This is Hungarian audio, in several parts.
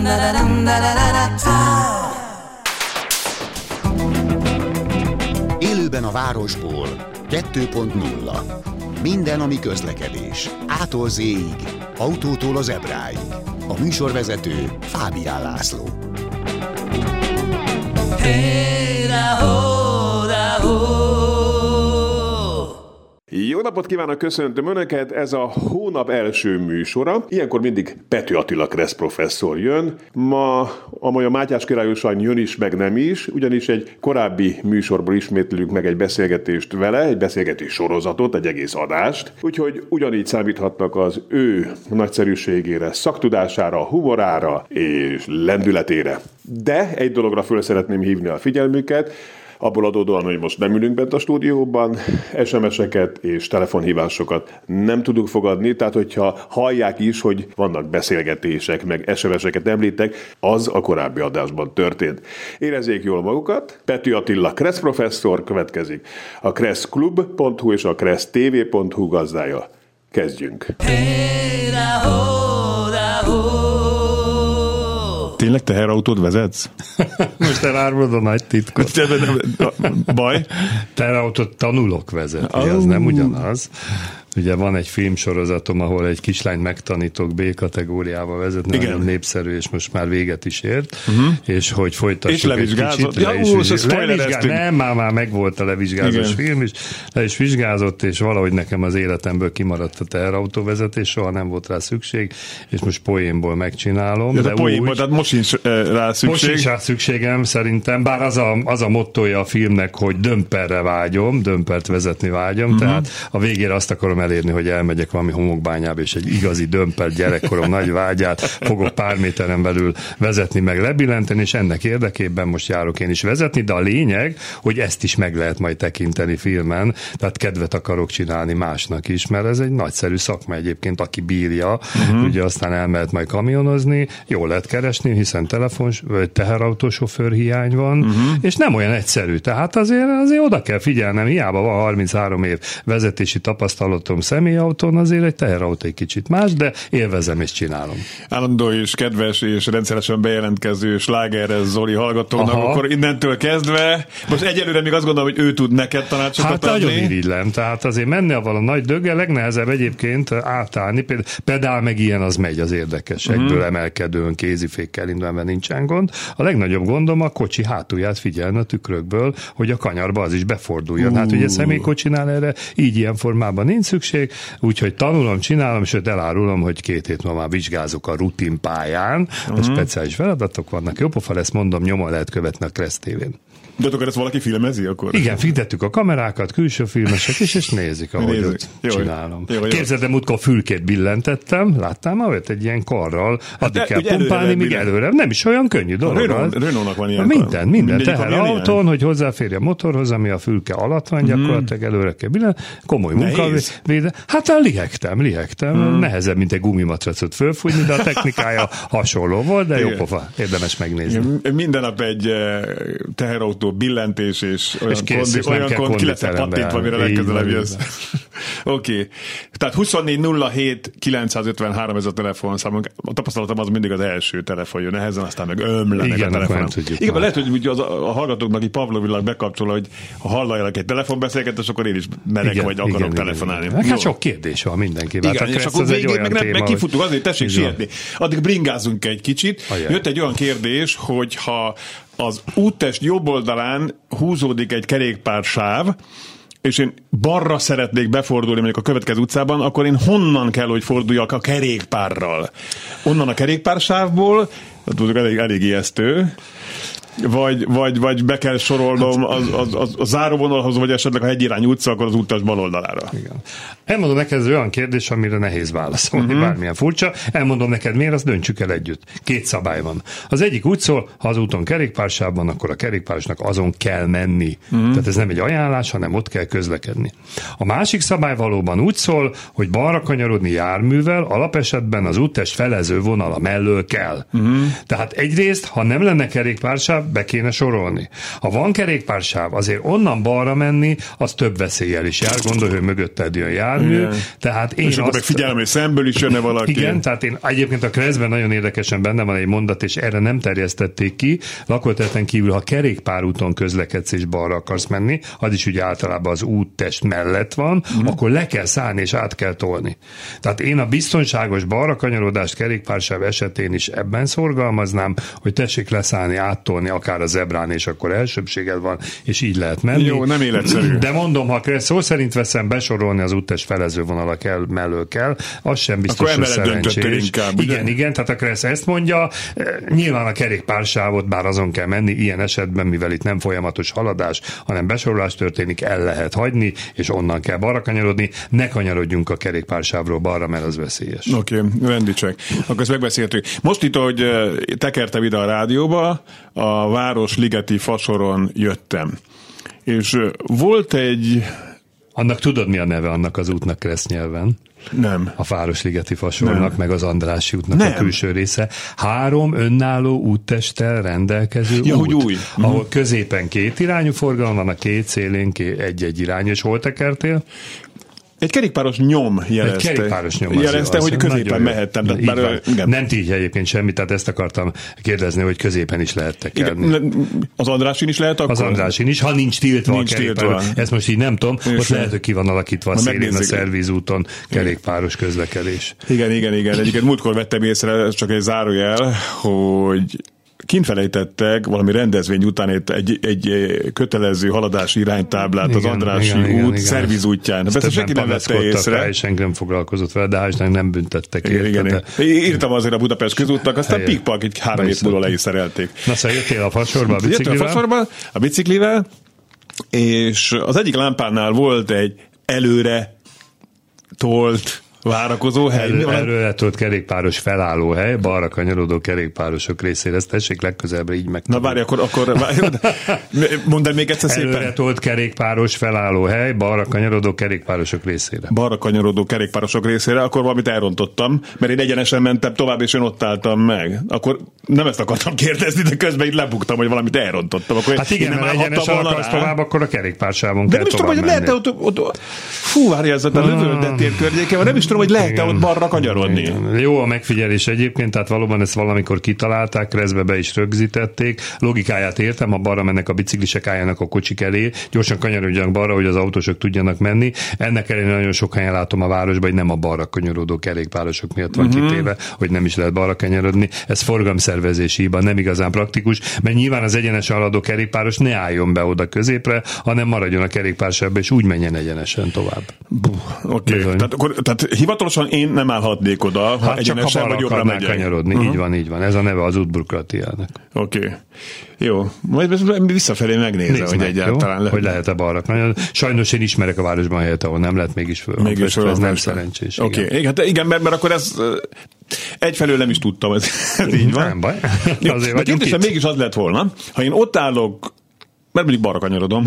Élőben a városból 2.0. Minden, ami közlekedés. A-tól Z-ig, autótól az ebráig. A műsorvezető Fábián László. Jó napot kívánok, köszöntöm Önöket, ez a hónap első műsora. Ilyenkor mindig Pető Attila Kressz professzor jön. Ma a Mátyás királyosan jön is, meg nem is, ugyanis egy korábbi műsorból ismétlünk meg egy beszélgetést vele, egy beszélgetés sorozatot, egy egész adást. Úgyhogy ugyanígy számíthatnak az ő nagyszerűségére, szaktudására, humorára és lendületére. De egy dologra föl szeretném hívni a figyelmüket, abból adódóan, hogy most nem ülünk bent a stúdióban, SMS-eket és telefonhívásokat nem tudunk fogadni, tehát hogyha hallják is, hogy vannak beszélgetések, meg SMS-eket említek, az a korábbi adásban történt. Érezzék jól magukat, Pető Attila Kressz professzor következik, a kresszklub.hu és a kressztv.hu gazdája. Kezdjünk! Tényleg teherautót vezetsz? Most elárulod a nagy titkot. Baj? Teherautót tanulok vezetni, az nem ugyanaz. Ugye van egy filmsorozatom, ahol egy kislányt megtanítok B-kategóriába vezetni, nagyon népszerű, és most már véget is ért, és hogy folytassuk egy kicsit. Nem, már megvolt a levizsgázós film is, le is vizsgázott, és valahogy nekem az életemből kimaradt a teherautóvezetés, soha nem volt rá szükség, és most poénból megcsinálom. De poénból, tehát most sincs rá szükség. Most sincs rá szükségem szerintem, bár az a mottója a filmnek, hogy dömperre vágyom, dömpert vezetni vágyom, tehát a végére azt akarom elérni, hogy elmegyek valami homokbányába, és egy igazi dömper gyerekkorom nagy vágyát fogok pár méteren belül vezetni, meg lebillenteni, és ennek érdekében most járok én is vezetni, de a lényeg, hogy ezt is meg lehet majd tekinteni filmen, tehát kedvet akarok csinálni másnak is, mert ez egy nagyszerű szakma egyébként, aki bírja, ugye aztán elmehet majd kamionozni, jól lehet keresni, hiszen teherautósofőr hiány van, és nem olyan egyszerű, tehát azért oda kell figyelnem, hiába van 33 év vezetési tapasztalatom személyautón, azért egy teherautó egy kicsit más, de élvezem és csinálom. Állandó és kedves és rendszeresen bejelentkező slágeres Zoli hallgatónak, akkor innentől kezdve, most egyelőre még azt gondolom, hogy ő tud neked tanácsokat adni. Nagyon irigylem, tehát azért menni a nagy döggel, legnehezebb egyébként átállni, például pedál meg ilyen az megy az érdekesekből, emelkedőn, kézifékkel indulva nincsen gond. A legnagyobb gondom a kocsi hátulját figyelni a tükrökből, hogy a kanyarba az is beforduljon. Hát ugye személykocsinál erre így ilyen formában nincs szükség, úgyhogy tanulom, csinálom, sőt elárulom, hogy 2 hét múlva már vizsgázok a rutinpályán, a speciális feladatok vannak. Jópofa lesz, mondom, nyomon lehet követni a Kressz TV-n. De akkor ezt valaki filmezi akkor? Igen, figyettük a kamerákat, külső filmesek is, és nézik, ahogy ott csinálom. Képzeld, múltkor fülkét billentettem, láttál már olyat egy ilyen karral, addig kell pumpálni, míg előre. Nem is olyan könnyű dolog. Renault-nak van ilyen. Minden teherautón, hogy hozzáférj a motorhoz, ami a fülke alatt van, gyakorlatilag előre kell billen. Komoly munkavéde. Hát lihegtem. Nehezebb, mint egy gumimatracot fölfújni, de a technikája hasonló volt, de jó pofa, érdemes megnézni. Minden nap egy teherautó billentés, és olyan kond ki lesz pattintva, amire legközelebb jössz. Oké. Tehát 24 ez a telefonszámunk. A tapasztalatom az mindig az első telefon jön nehezen, aztán meg ömlenek a telefonon. Igen, lehet, hogy a hallgatóknak így pavlovilag bekapcsol, hogy ha halljanak egy telefonbeszélgetést, akkor én is merek vagy akarok telefonálni. Hát sok kérdés van mindenkivel. Igen, és akkor végén meg kifutunk, azért tessék sietni. Addig bringázunk egy kicsit. Jött egy olyan kérdés, hogy ha az úttest jobb oldalán húzódik egy kerékpársáv, és én balra szeretnék befordulni mondjuk a következő utcában, akkor én honnan kell, hogy forduljak a kerékpárral? Onnan a kerékpársávból, elég ijesztő, vagy be kell sorolnom a záróvonalhoz, vagy esetleg a hegyirányú utca, akkor az úttas bal oldalára. Igen. Elmondom neked, ez olyan kérdés, amire nehéz válaszolni, bármilyen furcsa. Elmondom neked miért, azt döntsük el együtt. 2 szabály van. Az egyik úgy szól, ha az úton kerékpársáv van, akkor a kerékpárosnak azon kell menni. Tehát ez nem egy ajánlás, hanem ott kell közlekedni. A másik szabály valóban úgy szól, hogy balra kanyarodni járművel alapesetben az úttest felező vonala mellől kell. Tehát egyrészt, ha nem lenne kerékpársáv, kerékpársáv, be kéne sorolni. Ha van kerékpársáv, azért onnan balra menni, az több veszéllyel is jár, gondolj, hogy mögötted jön jármű. Igen. Tehát én és akkor meg figyelem, hogy szemből is jönne valaki. Igen, tehát én egyébként a Kreszben nagyon érdekesen benne van egy mondat, és erre nem terjesztették ki. Lakóterületen kívül, ha kerékpárúton közlekedsz és balra akarsz menni, az is ugye általában az úttest mellett van, akkor le kell szállni és át kell tolni. Tehát én a biztonságos balra kanyarodást kerékpársáv esetén is ebben szorgalmaznám, hogy tessék leszállni, áttolni akár a zebrán, és akkor elsőbséged van, és így lehet menni. Jó, nem életszerű. De mondom, ha szó szerint veszem, besorolni az úttest felezővonalak mellől kell, az sem biztos, hogy szerencsés. Inkább, igen, tehát a Kressz ezt mondja, nyilván a kerékpársávot bár azon kell menni, ilyen esetben, mivel itt nem folyamatos haladás, hanem besorolás történik, el lehet hagyni, és onnan kell balra kanyarodni, ne kanyarodjunk a kerékpársávról balra, mert az veszélyes. Oké, rendicsek. Akkor ezt megbeszéltük. Most itt, ahogy tekertem ide a rádióba, a Városligeti fasoron jöttem. És volt egy... Annak tudod, mi a neve annak az útnak Kressz nyelven? Nem. A Városligeti fasornak, nem. Meg az Andrássy útnak nem. A külső része. 3 önálló úttesttel rendelkező út, új. Ahol középen 2 irányú forgalom van, a 2 szélén egy irányú, és hol tekertél? Egy kerékpáros nyom jelezte. Egy kerékpáros nyom jelezte, hogy középen mehettem. Nem így egyébként semmi, tehát ezt akartam kérdezni, hogy középen is lehet tekerni. Az Andrásin is lehet akkor? Az Andrásin is, ha nincs tiltva a kerékpáros. Ezt most így nem tudom, ott lehet, hogy ki van alakítva a szélén a szervízúton kerékpáros közlekedés. Igen. Egyiket múltkor vettem észre, csak egy zárójel, hogy kint felejtettek valami rendezvény után egy kötelező haladási iránytáblát az Andrássy út szervizútján. Ezt senki nem vette észre. És senki nem foglalkozott vele, de hál' nem büntettek érte. Írtam azért a Budapest közútnak, aztán pikpak így 3 hét múlva le is szerelték. Na szóval jöttél a fasorba a biciklivel? Jöttél a fasorba a biciklivel, és az egyik lámpánál volt egy előre tolt várakozó hely. Előre tolt kerékpáros felállóhely, balra kanyarodó kerékpárosok részére. Ezt tessék legközelebbre így meg. Na várj, akkor mondd el még egyszer szépen. Előre tolt kerékpáros felállóhely, balra kanyarodó kerékpárosok részére. Balra kanyarodó kerékpárosok részére, akkor valamit elrontottam, mert én egyenesen mentem tovább, és én ott álltam meg. Akkor nem ezt akartam kérdezni, de közben így lebuktam, hogy valamit elrontottam. Akkor hát igen, mert egyenesen akarsz tovább, akkor a kerékpársávon kell tovább menni. Lehet ott fú, várj, ez a lövöldett tér környéken van, nem is tudom, hogy lehet-e ott balra kanyarodni. Igen. Jó a megfigyelés egyébként, tehát valóban ezt valamikor kitalálták, Kreszbe be is rögzítették. Logikáját értem, ha balra mennek a biciklisek, álljanak a kocsik elé, gyorsan kanyarodjanak balra, hogy az autósok tudjanak menni. Ennek ellenére nagyon sok helyen látom a városban, hogy nem a balra kanyarodó kerékpárosok miatt van kitéve, hogy nem is lehet balra kanyarodni. Ez forgalomszervezési hiba, nem igazán praktikus, mert nyilván az egyenesen haladó kerékpáros ne álljon be oda középre, hanem maradjon a kerékpársávba, és úgy menjen egyenesen tovább. Oké. Tehát hivatalosan én nem állhatnék oda, ha egyenesen vagy jobbra megyek. Kanyarodni. Így van. Ez a neve az útbürokratiának. Oké. Jó. Majd visszafelé megnézem, hogy egyáltalán hogy lehet-e balra kanyarodni. Sajnos én ismerek a városban helyet, ahol nem lehet, mégis föl. Ez nem szerencsés. Oké. Hát igen, mert akkor ez egyfelől nem is tudtam, ez így van. Nem baj. De kérdésem mégis az lett volna, ha én ott állok, mert mondjuk balra kanyarodom,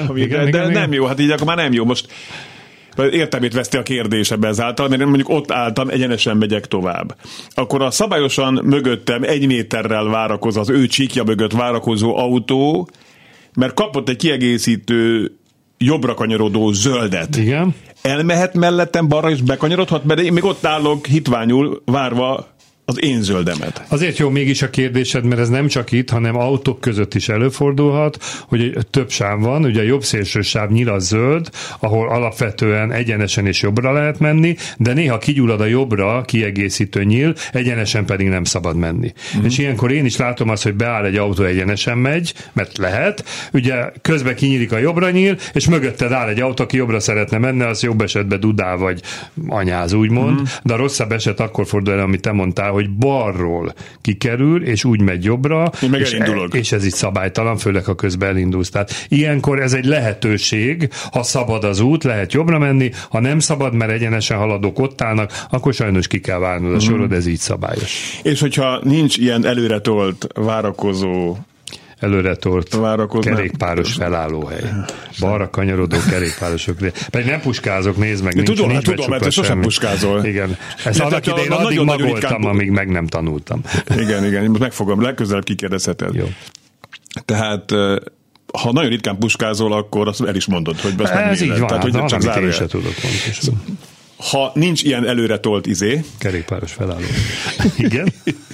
de nem jó, hát így akkor már nem jó. Most értelmét veszti a kérdés ebbe ezáltal, mert én mondjuk ott álltam, egyenesen megyek tovább. Akkor a szabályosan mögöttem 1 méterrel várakozó, az ő csíkja mögött várakozó autó, mert kapott egy kiegészítő jobbra kanyarodó zöldet. Igen. Elmehet mellettem balra, és bekanyarodhat, mert én még ott állok hitványul várva az én zöldemet. Azért jó mégis a kérdésed, mert ez nem csak itt, hanem autók között is előfordulhat, hogy több sáv van, ugye a jobb szélső sáv nyilas zöld, ahol alapvetően egyenesen és jobbra lehet menni, de néha kigyullad a jobbra kiegészítő nyíl, egyenesen pedig nem szabad menni. És ilyenkor én is látom azt, hogy beáll egy autó, egyenesen megy, mert lehet, ugye közben kinyílik a jobbra nyíl, és mögötted áll egy autó, aki jobbra szeretne menni, az jobb esetben dudál vagy anyáz, úgymond, de a rosszabb eset akkor fordul el, amit te mondtál, hogy balról kikerül, és úgy megy jobbra, és ez így szabálytalan, főleg ha közben elindulsz. Tehát ilyenkor ez egy lehetőség, ha szabad az út, lehet jobbra menni, ha nem szabad, mert egyenesen haladók ott állnak, akkor sajnos ki kell várnod a sorod, ez így szabályos. És hogyha nincs ilyen előretolt várakozó előretolt kerékpáros felállóhely. Balra kanyarodó kerékpárosok. Pedig nem puskázok, nézd meg, tudom, mert sosem puskázol. Igen. Ezt annak idején addig magoltam, amíg meg nem tanultam. Igen, most megfogom, legközelebb kikérdezheted. Jó. Tehát ha nagyon ritkán puskázol, akkor azt el is mondod, hogy ezt ez így van, tehát, hogy csak amit én sem tudok pontosan. Ha nincs ilyen előre tolt kerékpáros felálló. Igen.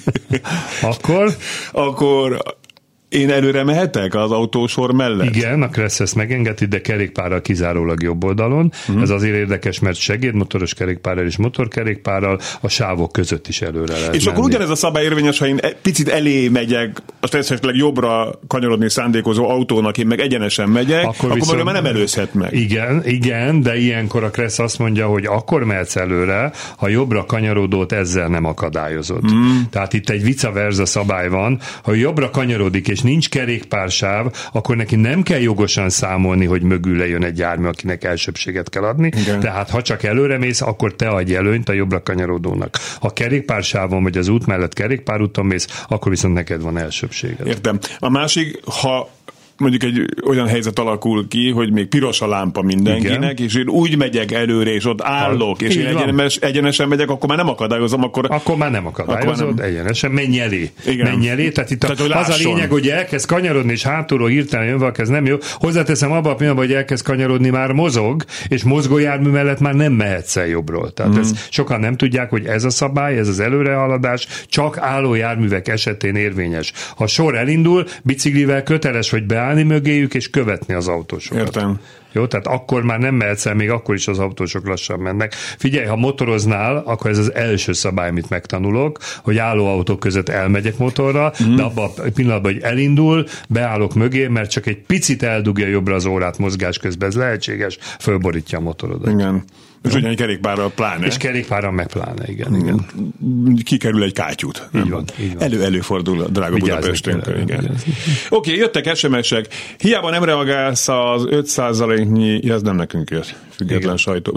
Akkor én előre mehetek az autósor mellett? Igen, a Kressz ezt megengedi, de kerékpárral kizárólag jobb oldalon. Ez azért érdekes, mert segédmotoros kerékpárral és motorkerékpárral a sávok között is előre lehet És menni. akkor ugyanez a szabály érvényes, ha én picit elé megyek, azt esetleg jobbra kanyarodni szándékozó autónak, én meg egyenesen megyek, akkor viszont, már nem előzhet meg. Igen, de ilyenkor a Kressz azt mondja, hogy akkor mehetsz előre, ha jobbra kanyarodót ezzel nem akadályozod. Tehát itt egy vice versa szabály van, ha jobbra kanyarodik és nincs kerékpársáv, akkor neki nem kell jogosan számolni, hogy mögül jön egy jármű, akinek elsőbséget kell adni. Igen. Tehát ha csak előre mész, akkor te adj előnyt a jobbra kanyarodónak. Ha kerékpársávon vagy az út mellett kerékpárúton mész, akkor viszont neked van elsőbséged. Értem. A másik, ha mondjuk egy olyan helyzet alakul ki, hogy még piros a lámpa mindenkinek, igen, és én úgy megyek előre, és ott állok, és én egyenesen megyek, akkor már nem akadályozom, akkor már nem akadályozod, egyenesen, menj elé. Tehát itt az a lényeg, hogy elkezd kanyarodni, és hátulról hirtelen jön valaki, ez nem jó. Hozzáteszem, abban a pillanatban, hogy elkezd kanyarodni, már mozog, és mozgójármű mellett már nem mehetsz el jobbról. Tehát ezt sokan nem tudják, hogy ez a szabály, ez az előrehaladás csak álló járművek esetén érvényes. Ha sor elindul, biciklivel köteles vagy beállni mögéjük, és követni az autósokat. Értem. Jó, tehát akkor már nem mehetsz el, még akkor is az autósok lassan mennek. Figyelj, ha motoroznál, akkor ez az első szabály, amit megtanulok, hogy álló autók között elmegyek motorra, de abban a pillanatban, hogy elindul, beállok mögé, mert csak egy picit eldugja jobbra az órát mozgás közben, ez lehetséges, fölborítja a motorodat. Igen. És ugyan kerékpárral pláne. És kerékpárral meg pláne, igen. Kikerül egy kátyút. Így van. Előfordul a drága Budapesten. Oké, jöttek SMS-ek. Hiába nem reagálsz az 5%-nyi, ez nem nekünk jött, független sajtó.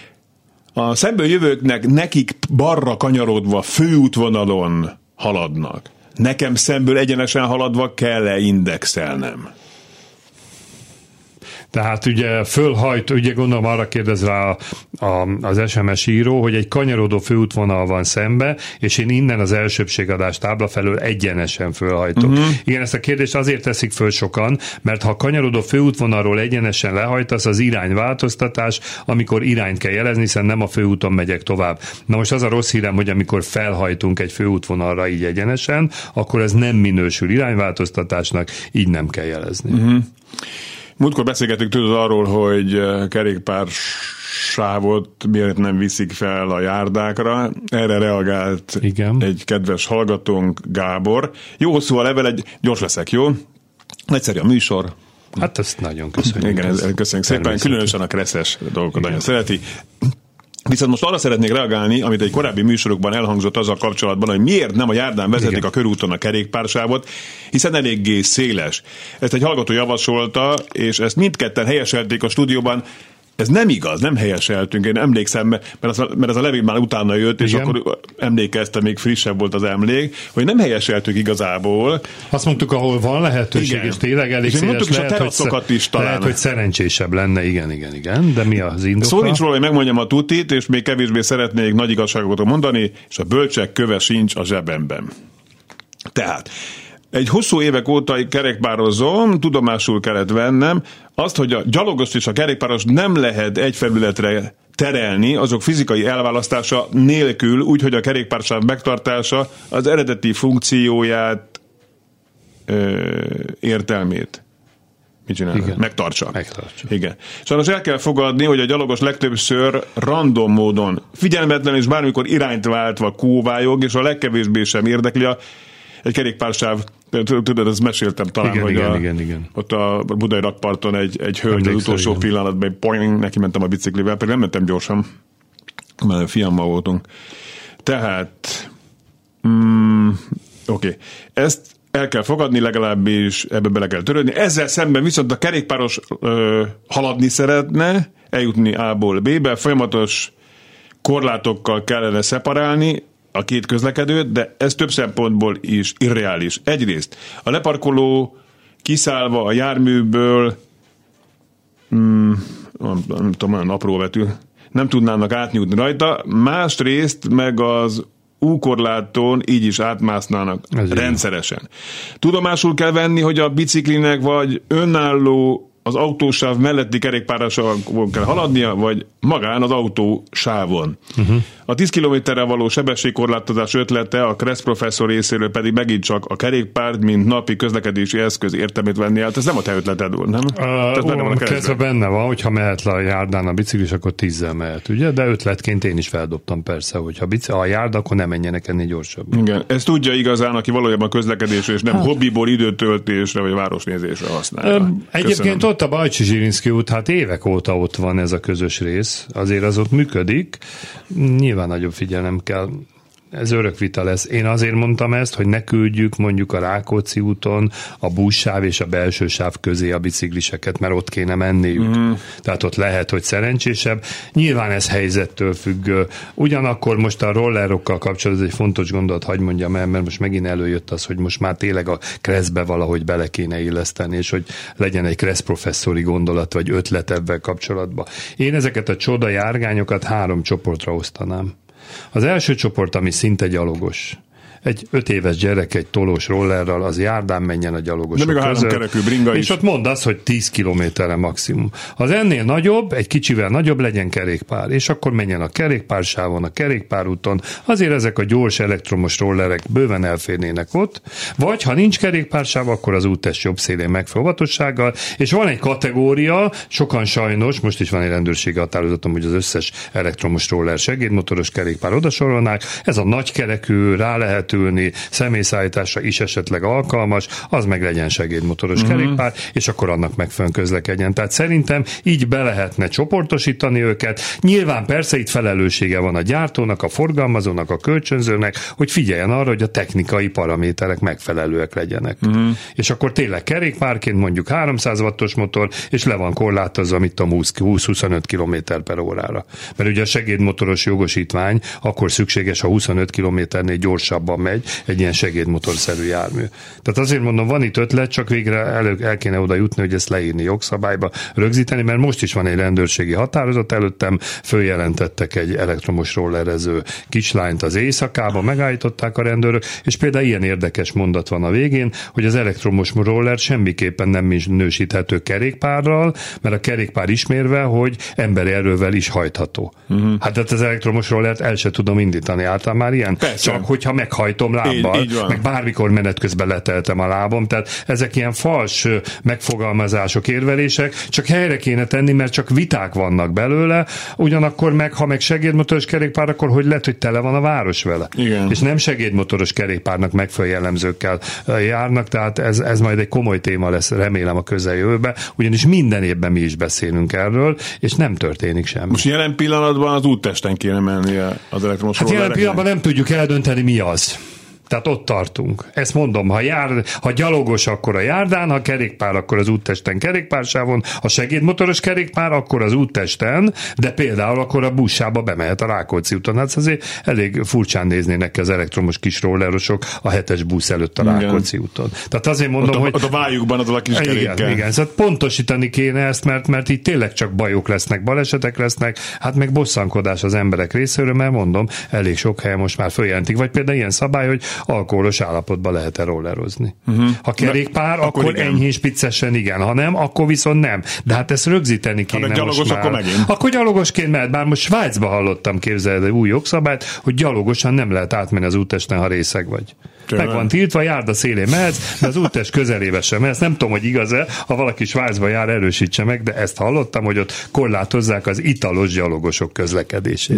A szemből jövőknek nekik balra kanyarodva főútvonalon haladnak. Nekem szemből egyenesen haladva kell-e indexelnem? Tehát ugye fölhajt, ugye gondolom arra kérdez rá az SMS író, hogy egy kanyarodó főútvonal van szembe, és én innen az elsőbségadás tábla felől egyenesen fölhajtok. Igen, ezt a kérdést azért teszik föl sokan, mert ha kanyarodó főútvonalról egyenesen lehajtasz, az irányváltoztatás, amikor irányt kell jelezni, hiszen nem a főúton megyek tovább. Na most az a rossz hírem, hogy amikor felhajtunk egy főútvonalra így egyenesen, akkor ez nem minősül irányváltoztatásnak, így nem kell jelezni. Múltkor beszélgettünk tudod arról, hogy kerékpársávot miért nem viszik fel a járdákra. Erre reagált egy kedves hallgatónk, Gábor. Jó hosszú a level, gyors leszek, jó? Egyszerű a műsor. Hát ezt nagyon köszönjük. Igen, köszönjük szépen. Különösen a kresszes dolgokat nagyon szereti. Viszont most arra szeretnék reagálni, amit egy korábbi műsorokban elhangzott azzal kapcsolatban, hogy miért nem a járdán vezetik a körúton a kerékpársávot, hiszen eléggé széles. Ezt egy hallgató javasolta, és ezt mindketten helyeselték a stúdióban. Ez nem igaz, nem helyeseltünk, én emlékszem, mert ez a levél már utána jött, és akkor emlékeztem, még frissebb volt az emlék, hogy nem helyeseltük igazából. Azt mondtuk, ahol van lehetőség, és tényleg elég és széles, lehet, hogy szerencsésebb lenne, igen, de mi az indoka? Szó nincs róla, hogy megmondjam a tutit, és még kevésbé szeretnék nagy igazságokat mondani, és a bölcsek köve sincs a zsebemben. Tehát egy hosszú évek óta kerékpározom, tudomásul kellett vennem azt, hogy a gyalogost és a kerékpáros nem lehet egy felületre terelni, azok fizikai elválasztása nélkül, úgyhogy a kerékpársáv megtartása az eredeti funkcióját, értelmét. Mit csinál? Megtartsa. Igen. Sajnos el kell fogadni, hogy a gyalogos legtöbbször random módon, figyelmetlen és bármikor irányt váltva kóvályog, és a legkevésbé sem érdekli egy kerékpársáv, tudod, ezt meséltem talán, igen. Ott a budai rakparton egy hölgy az utolsó pillanatban neki mentem a biciklivel, pedig nem mentem gyorsan, mert fiammal voltunk. Tehát oké. Ezt el kell fogadni, legalábbis ebbe bele kell törődni. Ezzel szemben viszont a kerékpáros haladni szeretne, eljutni A-ból B-be, folyamatos korlátokkal kellene szeparálni a két közlekedőt, de ez több szempontból is irreális. Egyrészt a leparkoló kiszállva a járműből nem tudom, olyan apró betű, nem tudnának átnyújtni rajta, másrészt meg az U-korláton így is átmásznának rendszeresen. Tudomásul kell venni, hogy a biciklinek vagy önálló az autósáv melletti kerékpárosávon kell haladnia, vagy magán az autósávon. A 10 km-re való sebességkorlátozás ötlete a Kressz professzor részéről pedig megint csak a kerékpárt, mint napi közlekedési eszköz értelmét venni át. Ez nem a te ötleted volt, nem? Benne van, hogyha mehet le a járdán a biciklis, akkor 10-zel mehet, ugye? De ötletként én is feldobtam persze, hogy ha a járda, akkor nem menjenek ennél gyorsabban. Igen, ezt tudja igazán, aki valójában közlekedésre és nem hobbiból időtöltésre vagy városnézésre használja. Egyébként ott a Bajcsi-Zsirinszky út, hát évek óta ott van ez a közös rész, azért az ott működik, nyilván nagyobb figyelem kell. Ez örök vita lesz. Én azért mondtam ezt, hogy ne küldjük mondjuk a Rákóczi úton a buszsáv és a belső sáv közé a bicikliseket, mert ott kéne menniük. Tehát ott lehet, hogy szerencsésebb. Nyilván ez helyzettől függ. Ugyanakkor most a rollerokkal kapcsolatban egy fontos gondolat, hadd mondjam el, mert most megint előjött az, hogy most már tényleg a Kresszbe valahogy bele kéne illeszteni, és hogy legyen egy Kressz professzori gondolat, vagy ötlet ebben kapcsolatban. Én ezeket a csoda járgányokat 3 csoportra osztanám. Az első csoport, ami szinte gyalogos. Egy 5 éves gyerek egy tolós rollerral az járdán menjen a gyalogosok között. De még a 3 kerekű bringa is. És ott mondd azt, hogy 10 kilométerre maximum. Az ennél nagyobb, egy kicsivel nagyobb legyen kerékpár, és akkor menjen a kerékpársávon, a kerékpárúton. Azért ezek a gyors elektromos rollerek bőven elférnének ott, vagy ha nincs kerékpársáv, akkor az úttest jobb szélén megfelelő óvatossággal, és van egy kategória, sokan sajnos, most is van egy rendőrségi határozatom, hogy az összes elektromos roller segédmotoros kerékpár odasorolnák, ez a nagykerekű, rá lehet ülni, személyszállításra is esetleg alkalmas, az meg legyen segédmotoros kerékpár, és akkor annak megfelelően közlekedjen. Tehát szerintem így be lehetne csoportosítani őket. Nyilván persze itt felelőssége van a gyártónak, a forgalmazónak, a kölcsönzőnek, hogy figyeljen arra, hogy a technikai paraméterek megfelelőek legyenek. És akkor tényleg kerékpárként mondjuk 300 wattos motor, és le van korlátozva, mit a 20-25 km/órára. Mert ugye a segédmotoros jogosítvány akkor szükséges, ha 25 km-nél gyorsabban megy egy ilyen segédmotorszerű jármű. Tehát azért mondom, van itt ötlet, csak végre el kéne oda jutni, hogy ezt leírni jogszabályba, rögzíteni, mert most is van egy rendőrségi határozat, előttem följelentettek egy elektromos rollerező kislányt az éjszakában, megállították a rendőrök, és például ilyen érdekes mondat van a végén, hogy az elektromos roller semmiképpen nem minősíthető kerékpárral, mert a kerékpár ismérve, hogy emberi erővel is hajtható. Hát az elektromos rollert el se tudom indítani, általán már ilyen. Persze. Csak hogyha meghajtom lábbal, így meg bármikor menet közben leteltem a lábam, tehát ezek ilyen fals megfogalmazások, érvelések, csak helyre kéne tenni, mert csak viták vannak belőle, ugyanakkor meg, ha meg segédmotoros kerékpár, akkor hogy lehet, hogy tele van a város vele. Igen. És nem segédmotoros kerékpárnak megfelelő jellemzőkkel járnak, tehát ez majd egy komoly téma lesz, remélem a közeljövőben, ugyanis minden évben mi is beszélünk erről, és nem történik semmi. Most jelen pillanatban az úttesten kéne mennie az elektromos rollereknek? Jelen pillanatban nem tudjuk eldönteni, mi az. Tehát ott tartunk. Ezt mondom, ha gyalogos, akkor a járdán, ha kerékpár, akkor az úttesten kerékpársávon, ha segédmotoros kerékpár, akkor az úttesten, de például akkor a buszsába bemehet a Rákóczi úton. Hát azért elég furcsán néznének az elektromos kis rollerosok a 7-es busz előtt a Rákóczi úton. Tehát azért mondom, hogy... Ott a vájukban az a kis kerékkel. Igen. Szóval pontosítani kéne ezt, mert így tényleg csak bajok lesznek, balesetek lesznek, hát meg bosszankodás az emberek részéről, mert mondom, elég sok helyen most már följelentik. Vagy például ilyen szabály, hogy alkoholos állapotban lehet-e rollerozni. Ha kerékpár, akkor enyhén spiccesen igen, ha nem, akkor viszont nem. De hát ezt rögzíteni kéne gyalogos, most már. Akkor megint. Akkor gyalogosként mehet, bár most Svájcba hallottam, képzelni új jogszabályt, hogy gyalogosan nem lehet átmenni az úttesten, ha részeg vagy. Meg van tiltva, járda szélén mehetsz, de az úttest közelébe sem mehetsz. Nem tudom, hogy igaz-e, ha valaki Svájcba jár, erősítse meg, de ezt hallottam, hogy ott korlátozzák az italos gyalogosok közlekedését. De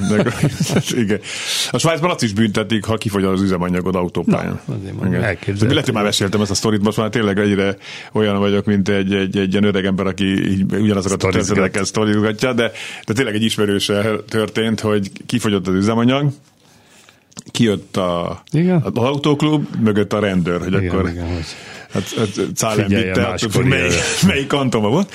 igen. A Svájcban azt is büntetik, ha kifogy az üzemanyagod autópályán. Lehet, hogy már meséltem ezt a sztorit, most már tényleg egyre olyan vagyok, mint egy ilyen öreg ember, aki ugyanazokat a történeteket sztorizgatja, de tényleg egy ismerőssel történt, hogy kifogyott az üzemanyag, kijött az autóklub, mögött a rendőr, hogy igen, akkor Cálem vitte, melyik kantonban volt,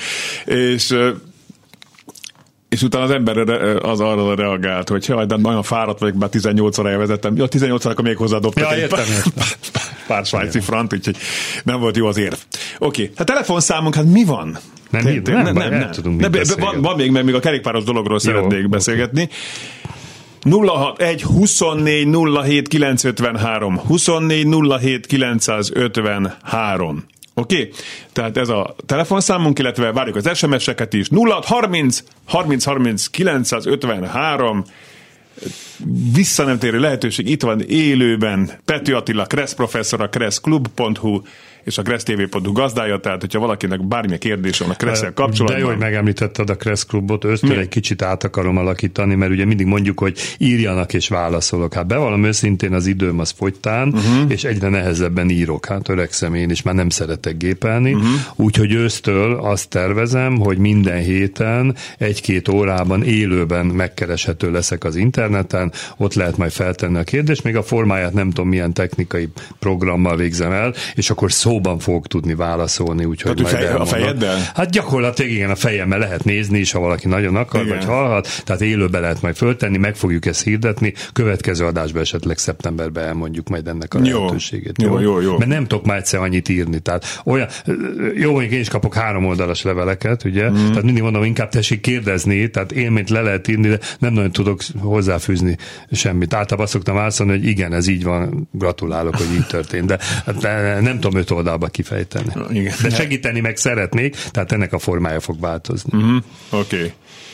és utána az ember az arra reagált, hogy de nagyon fáradt vagyok, már 18 órája vezettem. 18 órakor még hozzádobtak egy pár svájci frant, úgyhogy nem volt jó az érv. Oké, hát telefonszámunk, hát mi van? Nem tudunk mit beszélgetni. Van még a kerékpáros dologról szeretnék beszélgetni. 061 24 07 953 24 07 953. Oké? Tehát ez a telefonszámunk, illetve várjuk az SMS-eket is. 0630 30 30 953. Visszanemtérő lehetőség itt van élőben. Pető Attila, Kressz professzor, a kresszklub.hu és a kressztv.hu gazdája, tehát hogyha valakinek bármilyen kérdés van a Kresszel kapcsolatban. De jó, hogy megemlítetted a Kressz klubot, ősztől egy kicsit át akarom alakítani, mert ugye mindig mondjuk, hogy írjanak és válaszolok. Hát bevallom őszintén, az időm az fogytán, és egyre nehezebben írok. Hát öregszem én, és már nem szeretek gépelni. Úgyhogy ősztől azt tervezem, hogy minden héten 1-2 órában élőben megkereshető leszek az interneten, ott lehet majd feltenni a kérdést, még a formáját nem tudom milyen technikai programmal végzem el, és akkor szóban fogok tudni válaszolni, úgyhogy majd a fejeddel? Hát gyakorlatilag igen, a fejemmel lehet nézni is, ha valaki nagyon akar, igen, vagy hallhat, tehát élőben lehet majd föltenni, meg fogjuk ezt hirdetni, következő adásban esetleg szeptemberben elmondjuk majd ennek a lehetőségét. Jó. Mert nem tudok már egyszer annyit írni, tehát olyan, jó, hogy én is kapok 3 oldalas leveleket, ugye, tehát mindig mondom, inkább tessék kérdezni, tehát élményt le lehet írni, de nem nagyon tudok hozzáfűzni semmit. Általában szoktam válaszolni, hogy igen, ez így van, gratulálok, hogy így történt, de nem tudom 5 oldalba kifejteni. Igen. De segíteni meg szeretnék, tehát ennek a formája fog változni. Oké.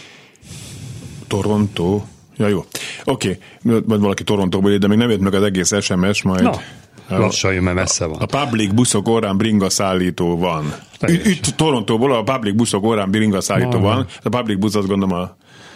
Toronto. Ja, jó. Oké. Majd valaki Torontóból ír, de még nem jött meg az egész SMS, majd... Na, lassan jön, mert messze van. A public buszok órán bringa szállító van. Itt Torontóból a public buszok órán bringa szállító van. A public busz, azt gondolom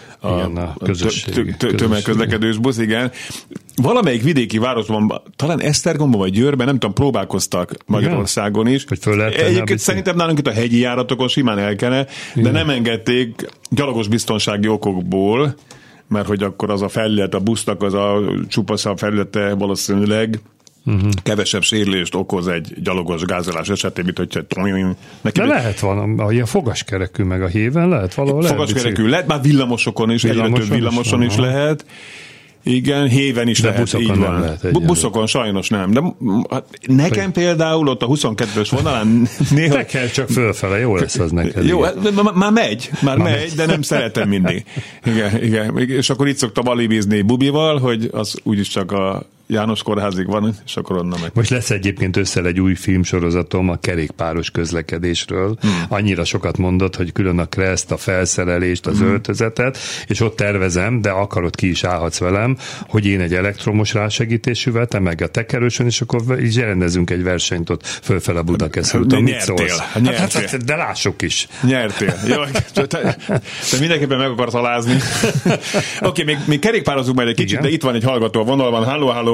a tömegközlekedős busz, igen. Valamelyik vidéki városban, talán Esztergomban vagy Győrben, nem tudom, próbálkoztak Magyarországon is. Egyébként szerintem nálunk itt a hegyi járatokon simán elkene, de nem engedték gyalogos biztonsági okokból, mert hogy akkor az a felület, a busznak az a csupaszabb felülete valószínűleg kevesebb sérülést okoz egy gyalogos gázolás esetén, mint hogyha... De lehet van, ilyen fogaskerekű meg a héven lehet valahol. Fogaskerekű lehet, már villamosokon is, egyre több villamoson is lehet. Igen, héven is de lehet, így van. Lehet buszokon sajnos nem. De nekem például ott a 22-es vonalán néha... Te kell csak fölfele, jó lesz az neked. Jó, már megy, de nem szeretem mindig. Igen. És akkor itt szoktam alibizni Bubival, hogy az úgyis csak a János Kórházig van, és akkor onnan meg. Most lesz egyébként össze egy új filmsorozatom a kerékpáros közlekedésről. Annyira sokat mondott, hogy külön a kreszt, a felszerelést, az öltözetet, és ott tervezem, de akarod, ki is állhatsz velem, hogy én egy elektromos rásegítésű vettem, meg a tekerősön, és akkor így rendezünk egy versenyt ott fölfele Budakeszi úton. Mit szólsz? Hát, de lássuk is. Nyertél. Jó, te mindenképpen meg akarsz alázni. Oké, még kerékpározunk majd egy kicsit, de itt van egy hallgató a vonalban. Halló.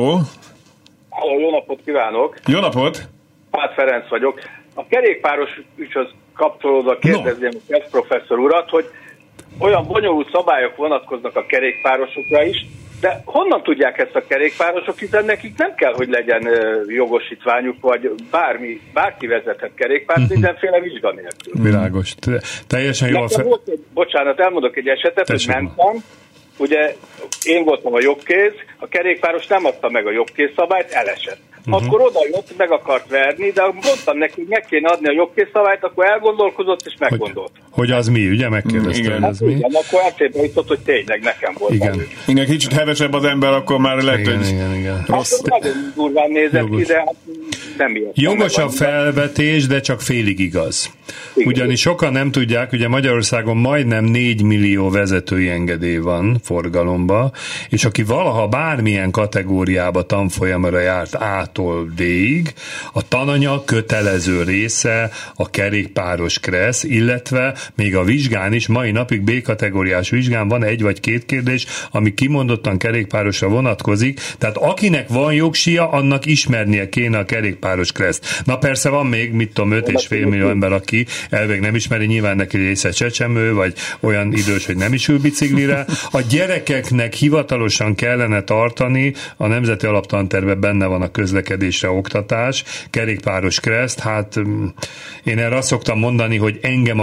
Halló, jó napot kívánok! Jó napot! Pát Ferenc vagyok. A kerékpáros ügyhöz kapcsolódva kérdezném a Kressz professzor urat, hogy olyan bonyolult szabályok vonatkoznak a kerékpárosokra is, de honnan tudják ezt a kerékpárosok, hiszen nekik nem kell, hogy legyen jogosítványuk, vagy bárki vezethet kerékpárt, mindenféle vizsga nélkül. Világos. Teljesen jól... Bocsánat, elmondok egy esetet, hogy mentem. Ugye én voltam a jobbkéz, a kerékpáros nem adta meg a jobbkéz szabályt, elesett. Akkor oda jött, meg akart verni, de mondtam neki, hogy meg kéne adni a jobbkéz szabályt, akkor elgondolkozott és meggondolt. Hogy az mi, ugye? Megkérdeztem, igen, az mi? Igen, akkor eszébe jutott, hogy tényleg nekem volt. Igen, kicsit hevesebb az ember, akkor már lehet, hogy rossz. Akkor nagyon durván nézett ki, de nem ilyet. Jogos a felvetés, de csak félig igaz. Ugyanis sokan nem tudják, ugye Magyarországon majdnem 4 millió vezetői engedély van forgalomba, és aki valaha bármilyen kategóriába tanfolyamra járt A-tól D-ig, a tananyag kötelező része a kerékpáros kressz, illetve még a vizsgán is, mai napig B-kategóriás vizsgán van 1 vagy 2 kérdés, ami kimondottan kerékpárosra vonatkozik, tehát akinek van jogsia, annak ismernie kéne a kerékpáros kreszt. Na persze van még, 5,5 millió ember, aki elvég nem ismeri, nyilván neki része csecsemő, vagy olyan idős, hogy nem is ül biciklire. A gyerekeknek hivatalosan kellene tartani, a Nemzeti Alaptantervben benne van a közlekedésre oktatás, kerékpáros kreszt, hát én erre azt szoktam mondani, hogy engem a Kressz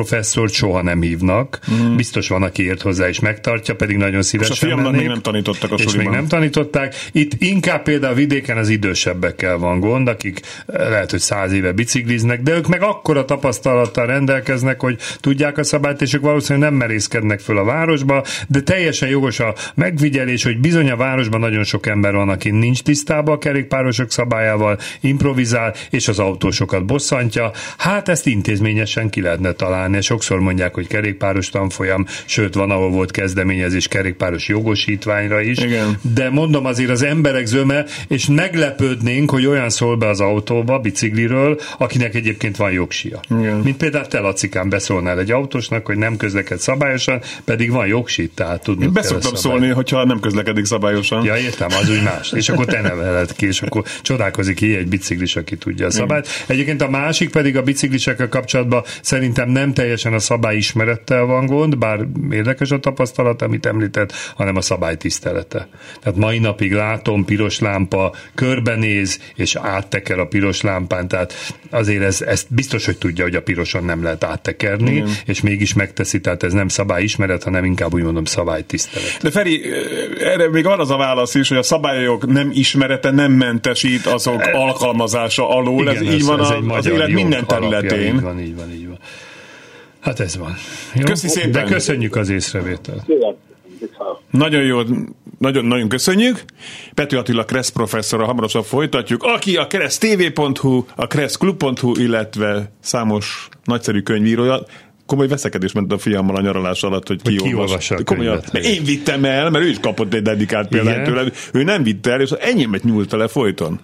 professzort soha nem hívnak. Biztos van, aki ért hozzá és megtartja, pedig nagyon szívesen és a fiamnak még nem tanítottak a suliban. És még nem tanították. Itt inkább például a vidéken az idősebbekkel van gond, akik lehet, hogy 100 éve bicikliznek, de ők meg akkora tapasztalattal rendelkeznek, hogy tudják a szabályt, és ők valószínűleg nem merészkednek föl a városba, de teljesen jogos a megfigyelés, hogy bizony a városban nagyon sok ember van, aki nincs tisztában a kerékpárosok szabályával, improvizál, és az autósokat bosszantja. Hát ezt intézményesen ki lehetne találni. Sokszor mondják, hogy kerékpáros tanfolyam, sőt van, ahol volt kezdeményezés kerékpáros jogosítványra is. Igen. De mondom, azért az emberek zöme, és meglepődnénk, hogy olyan szól be az autóba, bicikliről, akinek egyébként van jogsia. Igen. Mint például te, Lacikán, beszólnál egy autósnak, hogy nem közleked szabályosan, pedig van jogsit, tehát tudnod. Beszoktam szólni, hogyha nem közlekedik szabályosan. Ja, értem, az úgy más. És akkor te neveled ki, és akkor csodálkozik ki egy biciklis, aki tudja a szabályt. Egyébként a másik pedig a biciklisekkel kapcsolatban szerintem nem teljesen a szabály ismerettel van gond, bár érdekes a tapasztalat, amit említett, hanem a szabály tisztelete. Tehát mai napig látom, piros lámpa, körbenéz, és átteker a piros lámpán, tehát azért ezt biztos, hogy tudja, hogy a piroson nem lehet áttekerni, és mégis megteszi, tehát ez nem szabályismeret, hanem inkább úgy mondom szabálytisztelet. De Feri, erre még van az a válasz is, hogy a szabályok nem ismerete nem mentesít azok alkalmazása alól. Igen, ez így van az élet minden területén. Alapja, így van. Hát ez van. Jó? Köszi szépen. De köszönjük az észrevételt. Nagyon jó, nagyon köszönjük. Pető Attila Kressz professzorral hamarosan folytatjuk, aki a kressztv.hu, a kresszklub.hu, illetve számos nagyszerű könyvírója. Komoly veszekedés ment a fiammal a nyaralás alatt, hogy kiolvassa a könyvet. Én vittem el, mert ő is kapott egy dedikált példát tőle. Ő nem vitte el, és enyémet nyúlta le folyton.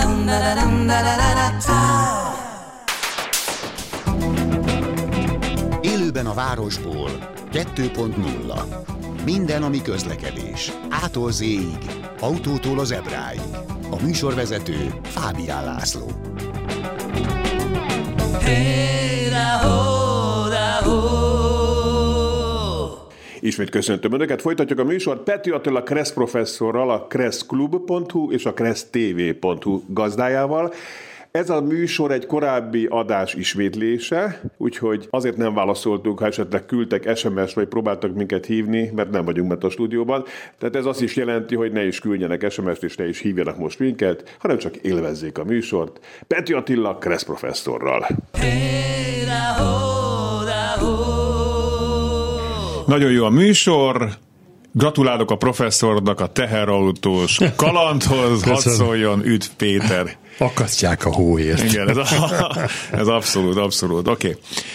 Élőben a városból 2.0. Minden, ami közlekedés. A-tól Z-ig, autótól az Ebráig. A műsorvezető Fábián László. Ismét köszöntöm Önöket, folytatjuk a műsort Pető Attila Kressz professzorral, a kresszklub.hu és a kressztv.hu gazdájával. Ez a műsor egy korábbi adás ismétlése, úgyhogy azért nem válaszoltunk, ha esetleg küldtek SMS-t, vagy próbáltak minket hívni, mert nem vagyunk bent a stúdióban. Tehát ez azt is jelenti, hogy ne is küldjenek SMS-t, és ne is hívjanak most minket, hanem csak élvezzék a műsort. Pető Attila Kressz professzorral. Nagyon jó a műsor. Gratulálok a professzornak a teherautós kalandhoz. Hadd szóljon, üdv Péter. Akasztják a hóért. Igen, ez abszolút. Oké.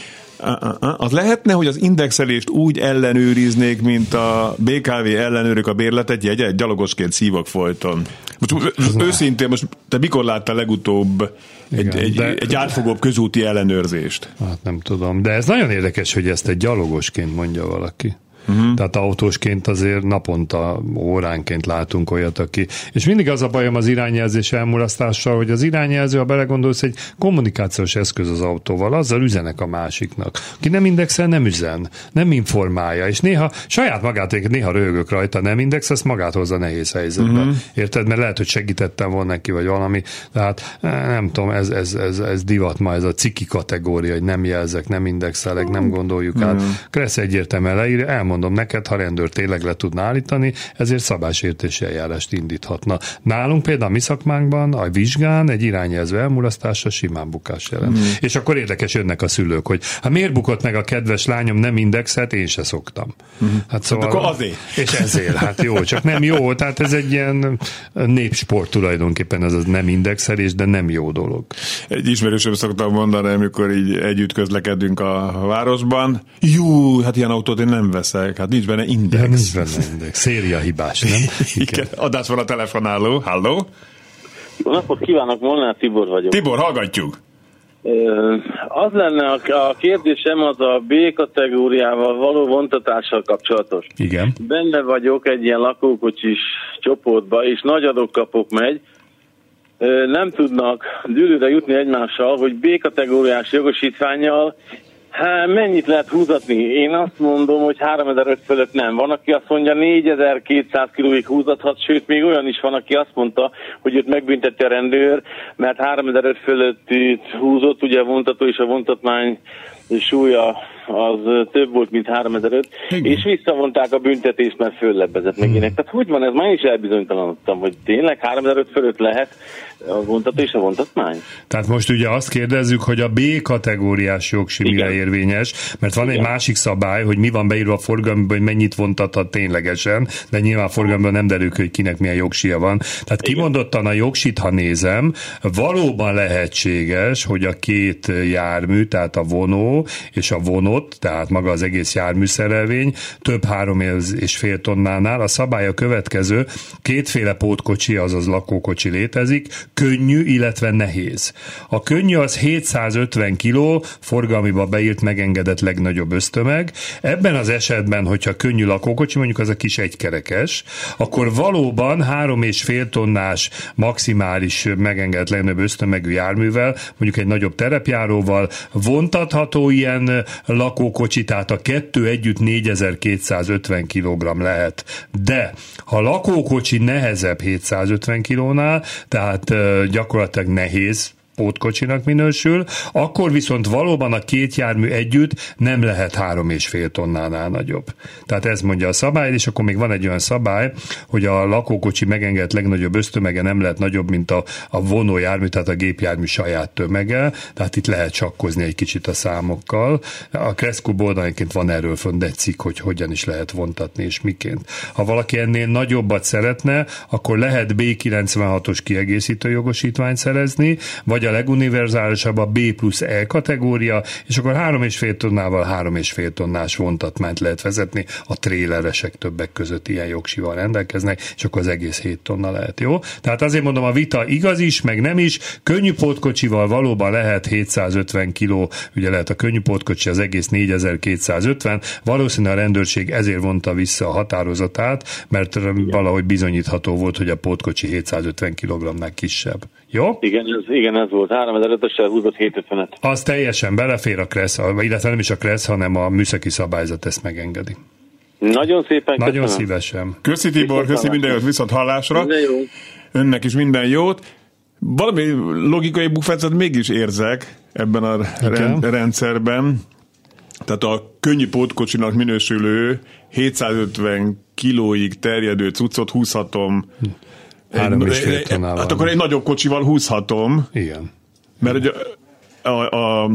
Az lehetne, hogy az indexelést úgy ellenőriznék, mint a BKV ellenőrök a bérletet jegyet? Gyalogosként szívok folyton. Most őszintén, te mikor láttál legutóbb egy átfogóbb közúti ellenőrzést? Hát nem tudom, de ez nagyon érdekes, hogy ezt egy gyalogosként mondja valaki. Tehát autósként azért naponta, óránként látunk olyat, aki... És mindig az a bajom az irányjelzés elmulasztással, hogy az irányjelző, ha belegondolsz, egy kommunikációs eszköz az autóval, azzal üzenek a másiknak. Aki nem indexel, nem üzen, nem informálja, és néha saját magát, néha röhögök rajta, nem index, ezt magát hozza nehéz helyzetbe. Érted? Mert lehet, hogy segítettem volna neki, vagy valami. Tehát nem tudom, ez divat ma, ez a ciki kategória, hogy nem jelzek, nem indexelek, nem gondoljuk át. Kressz egyértelműen leírja, elmondom neked, ha rendőr tényleg le tudna állítani, ezért szabálysértési eljárást indíthatna. Nálunk például a mi szakmánkban, a vizsgán egy irányjelző elmulasztása simán bukás jelent. És akkor érdekes, jönnek a szülők, hogy hát miért bukott meg a kedves lányom, nem indexelt, én se szoktam. Hát szóval, akkor azért. És ezért, hát jó, csak nem jó, tehát ez egy ilyen népsport tulajdonképpen, ez az nem indexelés, de nem jó dolog. Egy ismerősöm szoktam mondani, amikor így együtt közlekedünk a városban, jó, hát ilyen autót én nem veszek. Hát nincs benne index. Ja, nincs benne index. Széria hibás, nem? Igen. Adás van a telefonáló. Halló? Jó napot kívánok, Molnár Tibor vagyok. Tibor, hallgatjuk. Az lenne a kérdésem, az a B kategóriával való vontatással kapcsolatos. Igen. Benne vagyok egy ilyen lakókocsis csoportba, és nagy adok-kapok megy. Nem tudnak dűlőre jutni egymással, hogy B kategóriás jogosítvánnyal mennyit lehet húzatni? Én azt mondom, hogy 3005 fölött nem. Van, aki azt mondja, 4200 kilóig húzathat, sőt, még olyan is van, aki azt mondta, hogy őt megbüntette a rendőr, mert 3005 fölött húzott, ugye a vontató és a vontatmány súlya az több volt, mint 3005, és visszavonták a büntetést, mert föllebbezett megének. Tehát hogy van ez? Már is elbizonytalanodtam, hogy tényleg 3005 fölött lehet a vontató és a vontatmány? Tehát most ugye azt kérdezzük, hogy a B kategóriás jogsi mire érvényes, mert van egy másik szabály, hogy mi van beírva a forgalomban, hogy mennyit vontathat ténylegesen, de nyilván a forgalomban nem derül, hogy kinek milyen jogsia van. Tehát kimondottan a jogsit, ha nézem, valóban lehetséges, hogy a két jármű, tehát a vonó és a vonott, tehát maga az egész járműszerelvény több 3,5 tonnánál. A szabály a következő: kétféle pótkocsi, azaz lakókocsi létezik, könnyű, illetve nehéz. A könnyű az 750 kg, forgalmiba beírt megengedett legnagyobb össztömeg. Ebben az esetben, hogyha könnyű lakókocsi, mondjuk az a kis egykerekes, akkor valóban 3,5 tonnás maximális megengedett legnagyobb össztömegű járművel, mondjuk egy nagyobb terepjáróval vontatható ilyen lakókocsi, tehát a kettő együtt 4250 kg lehet. De ha lakókocsi nehezebb 750 kg-nál, tehát gyakorlatilag nehéz pótkocsinak minősül, akkor viszont valóban a két jármű együtt nem lehet 3,5 tonnánál nagyobb. Tehát ez mondja a szabály, és akkor még van egy olyan szabály, hogy a lakókocsi megengedett legnagyobb össztömege nem lehet nagyobb, mint a vonójármű, tehát a gépjármű saját tömege, tehát itt lehet sakkozni egy kicsit a számokkal. A Kresszklub oldalánként van erről fönn egy cikk, hogy hogyan is lehet vontatni és miként. Ha valaki ennél nagyobbat szeretne, akkor lehet B96-os kiegészítő jogosítványt szerezni, vagy a leguniverzálisabb a B+E kategória, és akkor 3,5 tonnával 3,5 tonnás vontatmányt lehet vezetni, a tréleresek többek között ilyen jogsival rendelkeznek, és akkor az egész 7 tonna lehet, jó? Tehát azért mondom, a vita igaz is, meg nem is, könnyű pótkocsival valóban lehet 750 kg, ugye lehet a könnyű pótkocsi, az egész 4250, valószínűleg a rendőrség ezért vonta vissza a határozatát, mert valahogy bizonyítható volt, hogy a pótkocsi 750 kg-nál kisebb. Jó? Igen, ez volt. 3500-össel húzott 750-et. Az teljesen belefér a KRESZ, illetve nem is a KRESZ, hanem a műszaki szabályzat ezt megengedi. Nagyon szépen nagyon köszönöm. Szívesen. Köszi Tibor, köszi, minden jót, viszont hallásra. Minden jó. Önnek is minden jót. Valami logikai bukfencet mégis érzek ebben a rendszerben. Tehát a könnyű pótkocsinak minősülő 750 kilóig terjedő cuccot húzhatom. 3,5 tonnával. Hát akkor egy nagyobb kocsival húzhatom. Igen. Mert ugye a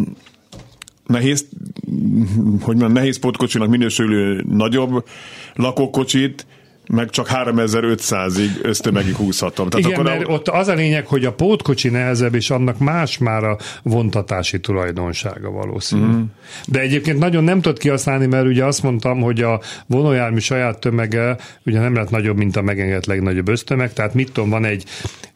nehéz pótkocsinak minősülő nagyobb lakókocsit meg csak 3500-ig ösztömegig húzhatom. Tehát igen, akkor mert ott az a lényeg, hogy a pótkocsi nehezebb, és annak más már a vontatási tulajdonsága valószínű. De egyébként nagyon nem tudod kihasználni, mert ugye azt mondtam, hogy a vonójármű saját tömege ugye nem lett nagyobb, mint a megengedett legnagyobb ösztömeg, tehát mit tudom, van egy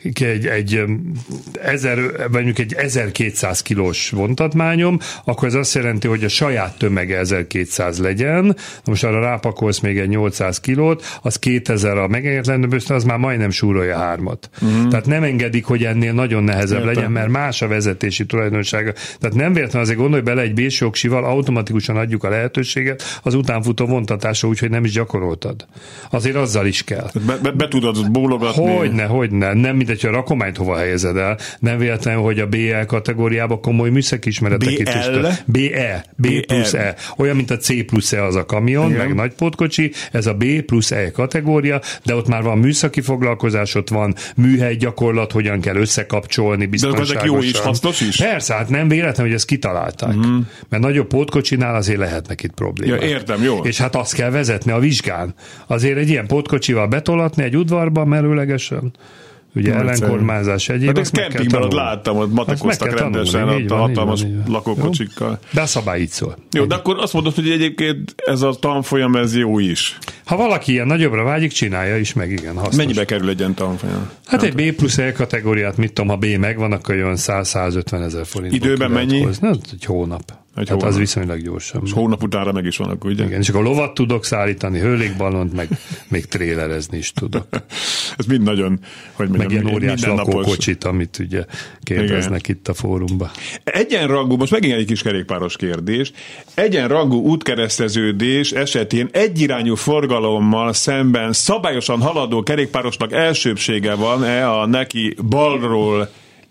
1200 kilós vontatmányom, akkor ez azt jelenti, hogy a saját tömege 1200 legyen, most arra rápakolsz még egy 800 kilót, az 2000 a megengedett legnagyobb ösztömeg, az már majdnem súrolja 3-at. Tehát nem engedik, hogy ennél nagyon nehezebb legyen, mert más a vezetési tulajdonsága. Tehát nem véletlenül azért gondolj bele, egy B-s jogsival automatikusan adjuk a lehetőséget az utánfutó vontatásra, úgyhogy nem is gyakoroltad. Azért azzal is kell. Be tudod bólogatni. Hogyne. Nem mindegy, hogy a rakományt hova helyezed el. Nem véletlenül, hogy a BE kategóriában komoly műszakismeretek itt is. B+E. Olyan, mint a C+E az a kamion, igen, meg nagy pótkocsi, ez a B+E kategória, de ott már van műszaki foglalkozás, ott van műhely gyakorlat, hogyan kell összekapcsolni biztonságosan. De ezek jó is, hasznos is? Persze, hát nem véletlen, hogy ezt kitalálták. Mert nagyobb pótkocsinál azért lehetnek itt problémák. Ja, értem, jó. És hát azt kell vezetni a vizsgán. Azért egy ilyen pótkocsival betolatni egy udvarba merőlegesen, ugye ellenkormányzás egyéb. Hát ezt kempingben láttam, ott matekoztak rendesen a hatalmas lakókocsikkal. De a szabály így szól. Jó, de akkor azt mondod, hogy egyébként ez a tanfolyam, ez jó is. Ha valaki ilyen nagyobbra vágyik, csinálja is, meg igen, hasznos. Mennyibe kerül egy ilyen tanfolyam? Hát egy B+E kategóriát, mit tudom, ha B megvan, akkor jön 100-150 ezer forint. Időben mennyi? Egy hónap. Tehát az viszonylag gyorsan. És hónap utánra meg is vannak, ugye? Igen, és akkor lovat tudok szállítani, hőlékballont, meg még trélerezni is tudok. Ez mind nagyon, hogy mondjam, meg ilyen óriás lakókocsit, amit ugye kérdeznek itt a fórumban. Egyenrangú, most megint egy kis kerékpáros kérdés, egyenrangú útkereszteződés esetén egyirányú forgalommal szemben szabályosan haladó kerékpárosnak elsőbbsége van-e a neki balról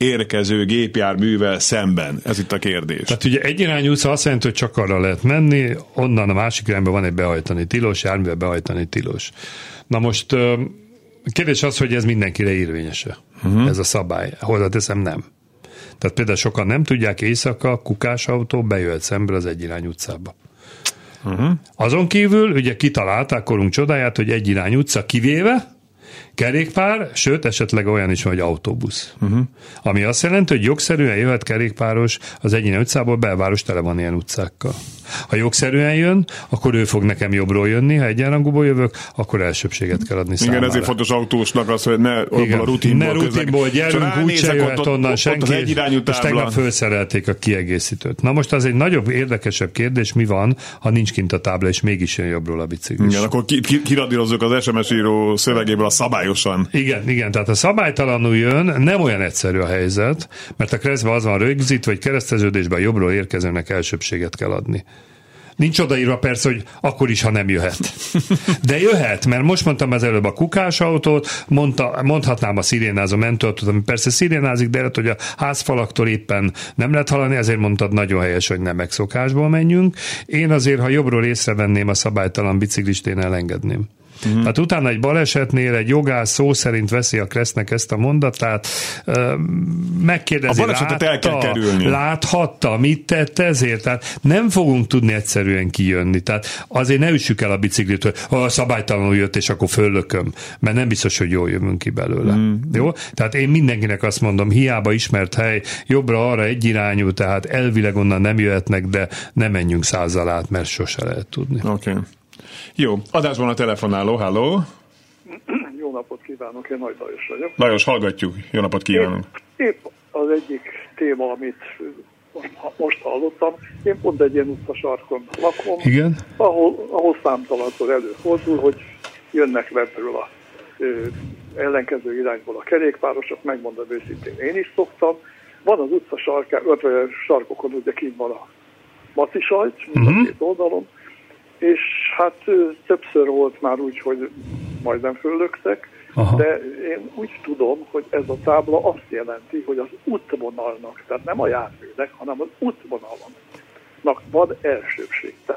érkező gépjárművel szemben? Ez itt a kérdés. Tehát ugye egyirányú utca azt jelenti, hogy csak arra lehet menni, onnan a másik irányba van egy behajtani tilos, járművel behajtani tilos. Na most kérdés az, hogy ez mindenkire érvényese. Ez a szabály. Hozzáteszem, nem. Tehát például sokan nem tudják, éjszaka kukásautó bejöhet szembe az egyirányú utcába. Azon kívül ugye kitalálták korunk csodáját, hogy egyirányú utca kivéve kerékpár, sőt esetleg olyan is, hogy autóbusz. Ami azt jelenti, hogy jogszerűen jöhet kerékpáros az egyirányú utcából, belváros tele van ilyen utcákkal. Ha jogszerűen jön, akkor ő fog nekem jobbról jönni, ha egyenrangúból jövök, akkor elsőbséget kell adni számára. Igen, ezért fontos autósnak az, hogy ne a rutinból gyerünk, úgyse jöhet onnan senki, és tegnap felszerelték a kiegészítőt. Na most az egy nagyobb, érdekesebb kérdés, mi van, ha nincs kint a tábla, és mégis jön jobbról a biciklis. Igen, akkor kiradírozzuk az SMS író szövegéből a szabályosan. Igen, tehát a szabálytalanul jön, nem olyan egyszerű a helyzet, mert a keresztben az van rögzítve, hogy kereszteződésben jobbról érkezőnek elsőbséget kell adni. Nincs odaírva persze, hogy akkor is, ha nem jöhet. De jöhet, mert most mondtam az előbb a kukásautót, mondhatnám a szirénázó mentőautót, ami persze szirénázik, de lehet, hogy a házfalaktól éppen nem lehet hallani, ezért mondtad nagyon helyes, hogy nem megszokásból menjünk. Én azért, ha jobbról észrevenném a szabálytalan biciklist, én elengedném. Tehát utána egy balesetnél egy jogász szó szerint veszi a Kressznek ezt a mondatát, megkérdezi, a balesetet el kell kerülni. Láthatta, mit tett ezért? Tehát nem fogunk tudni egyszerűen kijönni. Tehát azért ne üssük el a biciklit, hogy szabálytalanul jött, és akkor föllököm, mert nem biztos, hogy jól jövünk ki belőle. Jó? Tehát én mindenkinek azt mondom, hiába ismert hely, jobbra-arra egyirányú, tehát elvileg onnan nem jöhetnek, de ne menjünk 100-zal át, mert sose lehet tudni. Oké. Jó, adásban a telefonáló, halló. Jó napot kívánok, én Nagy Lajos vagyok. Lajos, hallgatjuk, jó napot kívánunk. Épp az egyik téma, amit most hallottam, én pont egy ilyen utcasarkon lakom, igen? Ahol számtalanszor előfordul, hogy jönnek ebből a ellenkező irányból a kerékpárosok, megmondom őszintén, én is szoktam. Van az utca sarkokon, ugye kint van a Maci sajt, mind a két oldalon, és hát többször volt már úgy, hogy majdnem föllöktek, de én úgy tudom, hogy ez a tábla azt jelenti, hogy az útvonalnak, tehát nem a járműnek, hanem az útvonalnak van elsőbség. Tehát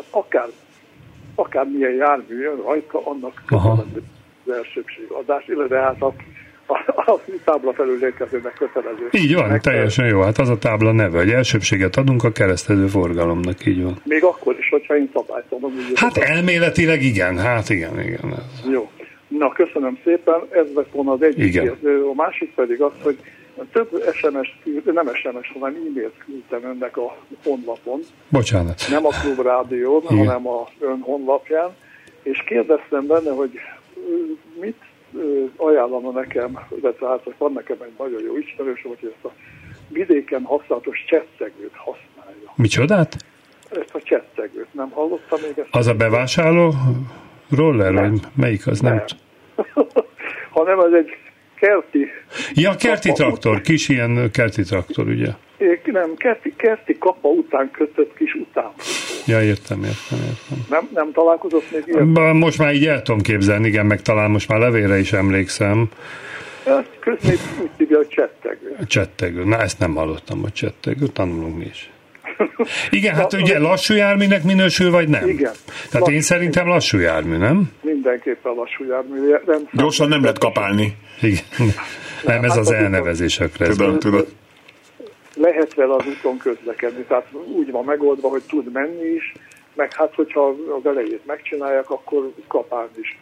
akár milyen jármű jön rajta, annak az elsőbségadás, illetve hát a tábla felül érkezőnek kötelező. Így van, teljesen jó. Hát az a tábla neve, hogy elsőbséget adunk a keresztező forgalomnak, így van. Még akkor is, hogyha én szabálytalan. Hát elméletileg igen, igen. Jó. Na, köszönöm szépen. Ez lett volna az egyik kérdő. A másik pedig az, hogy több nem SMS, hanem e-mailt küldtem önnek a honlapon. Bocsánat. Nem a Klubrádión, hanem a ön honlapján, és kérdeztem benne, hogy mit ajánlana nekem, illetve hát van nekem egy nagyon jó ismerősöm, hogy ezt a vidéken használatos csettszegőt használja. Micsodát? Ezt a csettszegőt, nem hallottam még ezt? Az a bevásárló roller, vagy melyik az? Nem. Hanem ez egy kerti... Ja, kerti traktor, kis ilyen kerti traktor, ugye? Nem, kerti kapa után kötött kis utánfutó. Ja, értem. Nem találkozott még ilyen? Most már így el tudom képzelni, igen, meg talán most már levélre is emlékszem. Ezt közben úgy hívja, hogy csettegő. Csettegő. Na, ezt nem hallottam, hogy csettegő. Tanulunk mi is. Igen, hát ugye lassú járműnek minősül, vagy nem? Igen. Tehát én szerintem lassú jármű, nem? Mindenképpen lassú jármű. Gyorsan nem lehet kapálni. Igen. Nem, ez az elnevezés a Kresszben. Tudom. Lehet vele az úton közlekedni, tehát úgy van megoldva, hogy tud menni is, meg hát, hogyha az elejét megcsinálják, akkor kapálni is.